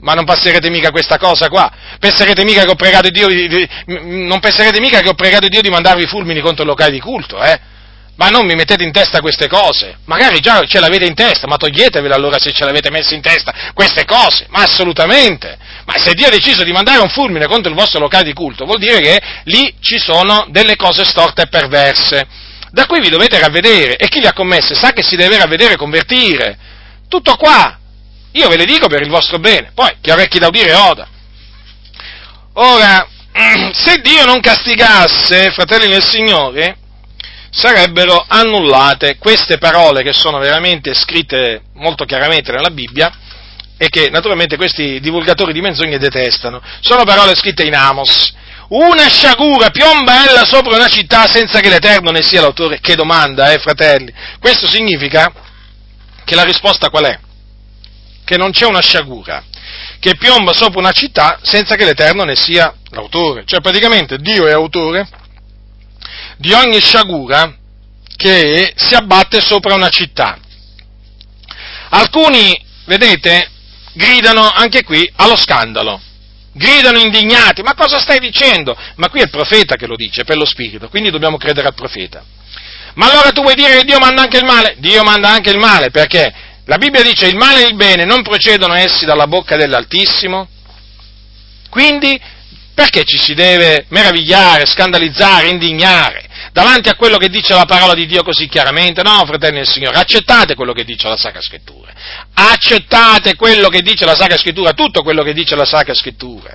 Ma non passerete mica questa cosa qua? Penserete mica che ho pregato Dio non penserete mica che ho pregato Dio di mandarvi fulmini contro il locale di culto, eh? Ma non mi mettete in testa queste cose. Magari già ce l'avete in testa, ma toglietevele allora se ce l'avete messe in testa queste cose. Ma assolutamente. Ma se Dio ha deciso di mandare un fulmine contro il vostro locale di culto, vuol dire che lì ci sono delle cose storte e perverse. Da cui vi dovete ravvedere. E chi le ha commesse sa che si deve ravvedere e convertire. Tutto qua. Io ve le dico per il vostro bene. Poi, chi ha orecchi da udire oda. Ora, se Dio non castigasse, fratelli nel Signore, sarebbero annullate queste parole che sono veramente scritte molto chiaramente nella Bibbia e che naturalmente questi divulgatori di menzogne detestano. Sono parole scritte in Amos. Una sciagura piomba ella sopra una città senza che l'Eterno ne sia l'autore. Che domanda, fratelli? Questo significa che la risposta qual è? Che non c'è una sciagura che piomba sopra una città senza che l'Eterno ne sia l'autore. Cioè praticamente Dio è autore di ogni sciagura che si abbatte sopra una città. Alcuni, vedete, gridano anche qui allo scandalo, gridano indignati, ma cosa stai dicendo? Ma qui è il profeta che lo dice, per lo Spirito, quindi dobbiamo credere al profeta. Ma allora tu vuoi dire che Dio manda anche il male? Dio manda anche il male, perché la Bibbia dice il male e il bene non procedono essi dalla bocca dell'Altissimo? Quindi perché ci si deve meravigliare, scandalizzare, indignare davanti a quello che dice la parola di Dio così chiaramente? No, fratelli del Signore, accettate quello che dice la Sacra Scrittura. Accettate quello che dice la Sacra Scrittura, tutto quello che dice la Sacra Scrittura.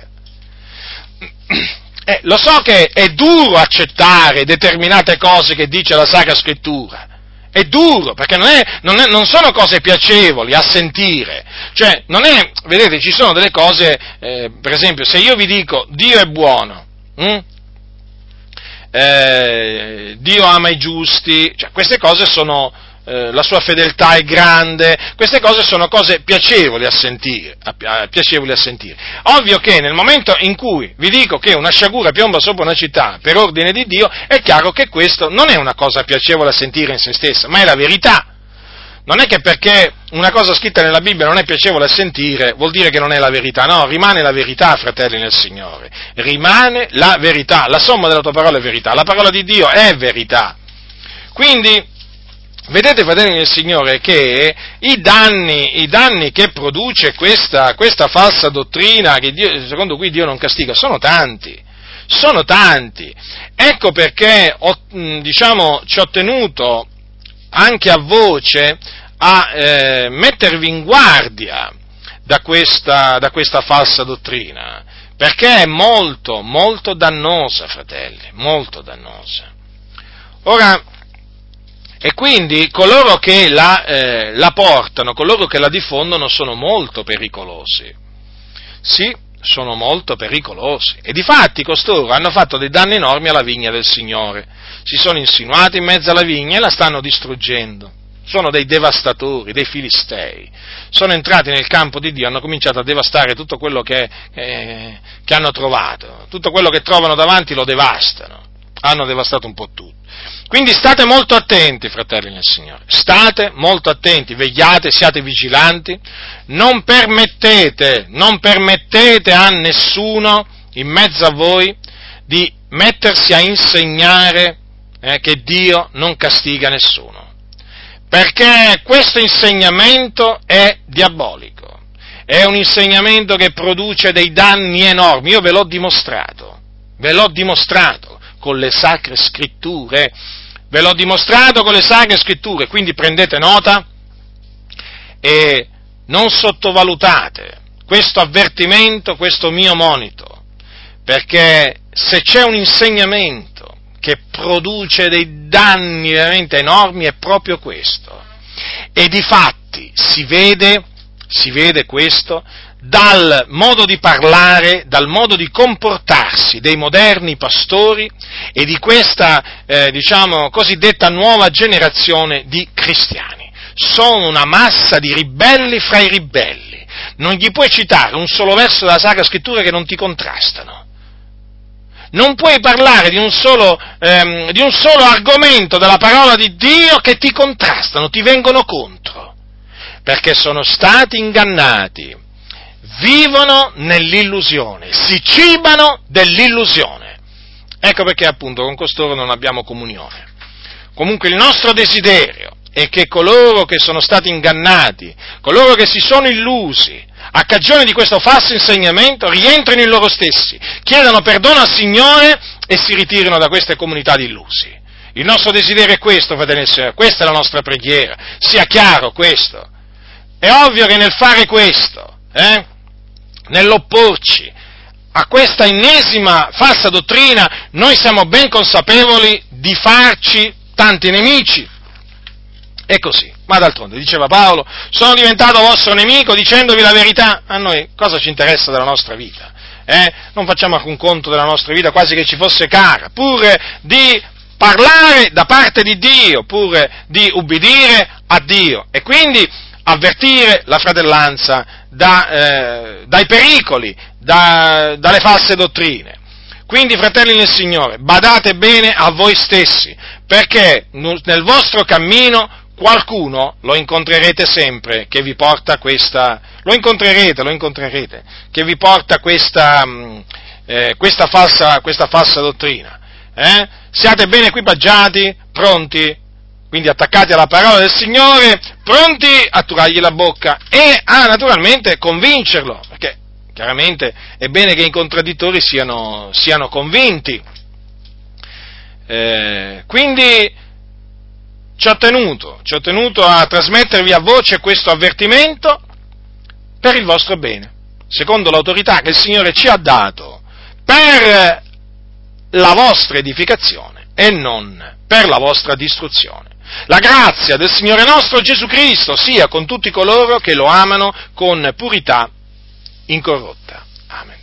Lo so che è duro accettare determinate cose che dice la Sacra Scrittura. È duro, perché non sono cose piacevoli a sentire. Cioè, vedete, ci sono delle cose, per esempio, se io vi dico Dio è buono, Dio ama i giusti, cioè queste cose sono, la sua fedeltà è grande, queste cose sono cose piacevoli a sentire, Ovvio che nel momento in cui vi dico che una sciagura piomba sopra una città per ordine di Dio, è chiaro che questo non è una cosa piacevole a sentire in se stessa, ma è la verità. Non è che perché una cosa scritta nella Bibbia non è piacevole a sentire, vuol dire che non è la verità, no, rimane la verità, fratelli nel Signore, rimane la verità, la somma della tua parola è verità, la parola di Dio è verità. Quindi, vedete, fratelli nel Signore, che i danni che produce questa falsa dottrina, che Dio, secondo cui Dio non castiga, sono tanti. Ecco perché ci ho tenuto anche a voce a mettervi in guardia da questa falsa dottrina, perché è molto, molto dannosa, fratelli, molto dannosa. Ora, e quindi coloro che la portano, coloro che la diffondono sono molto pericolosi. Sì, sono molto pericolosi. E difatti costoro hanno fatto dei danni enormi alla vigna del Signore. Si sono insinuati in mezzo alla vigna e la stanno distruggendo. Sono dei devastatori, dei filistei. Sono entrati nel campo di Dio, hanno cominciato a devastare tutto quello che hanno trovato. Tutto quello che trovano davanti lo devastano. Hanno devastato un po' tutto. Quindi state molto attenti, fratelli nel Signore, state molto attenti, vegliate, siate vigilanti, non permettete a nessuno in mezzo a voi di mettersi a insegnare che Dio non castiga nessuno, perché questo insegnamento è diabolico, è un insegnamento che produce dei danni enormi, io ve l'ho dimostrato con le Sacre Scritture, quindi prendete nota e non sottovalutate questo avvertimento, questo mio monito, perché se c'è un insegnamento che produce dei danni veramente enormi è proprio questo, e difatti si vede questo dal modo di parlare, dal modo di comportarsi dei moderni pastori e di questa, cosiddetta nuova generazione di cristiani. Sono una massa di ribelli fra i ribelli. Non gli puoi citare un solo verso della Sacra Scrittura che non ti contrastano. Non puoi parlare di un solo argomento della parola di Dio che ti contrastano, ti vengono contro, perché sono stati ingannati vivono nell'illusione, si cibano dell'illusione. Ecco perché appunto con costoro non abbiamo comunione. Comunque il nostro desiderio è che coloro che sono stati ingannati, coloro che si sono illusi a cagione di questo falso insegnamento, rientrino in loro stessi, chiedano perdono al Signore e si ritirino da queste comunità di illusi. Il nostro desiderio è questo, fratelli e sorelle, questa è la nostra preghiera, sia chiaro questo. È ovvio che nel fare questo, nell'opporci a questa ennesima falsa dottrina, noi siamo ben consapevoli di farci tanti nemici. È così, ma d'altronde, diceva Paolo, sono diventato vostro nemico dicendovi la verità. A noi cosa ci interessa della nostra vita? Non facciamo alcun conto della nostra vita, quasi che ci fosse cara, pure di parlare da parte di Dio, pure di ubbidire a Dio, e quindi avvertire la fratellanza dai pericoli, dalle false dottrine. Quindi, fratelli nel Signore, badate bene a voi stessi, perché nel vostro cammino qualcuno lo incontrerete sempre che vi porta questa, lo incontrerete, che vi porta questa falsa dottrina. Siate ben equipaggiati, pronti, quindi attaccati alla parola del Signore, pronti a turargli la bocca e a naturalmente convincerlo, perché chiaramente è bene che i contraddittori siano convinti. Quindi ci ho tenuto a trasmettervi a voce questo avvertimento per il vostro bene, secondo l'autorità che il Signore ci ha dato per la vostra edificazione e non per la vostra distruzione. La grazia del Signore nostro Gesù Cristo sia con tutti coloro che lo amano con purità incorrotta. Amen.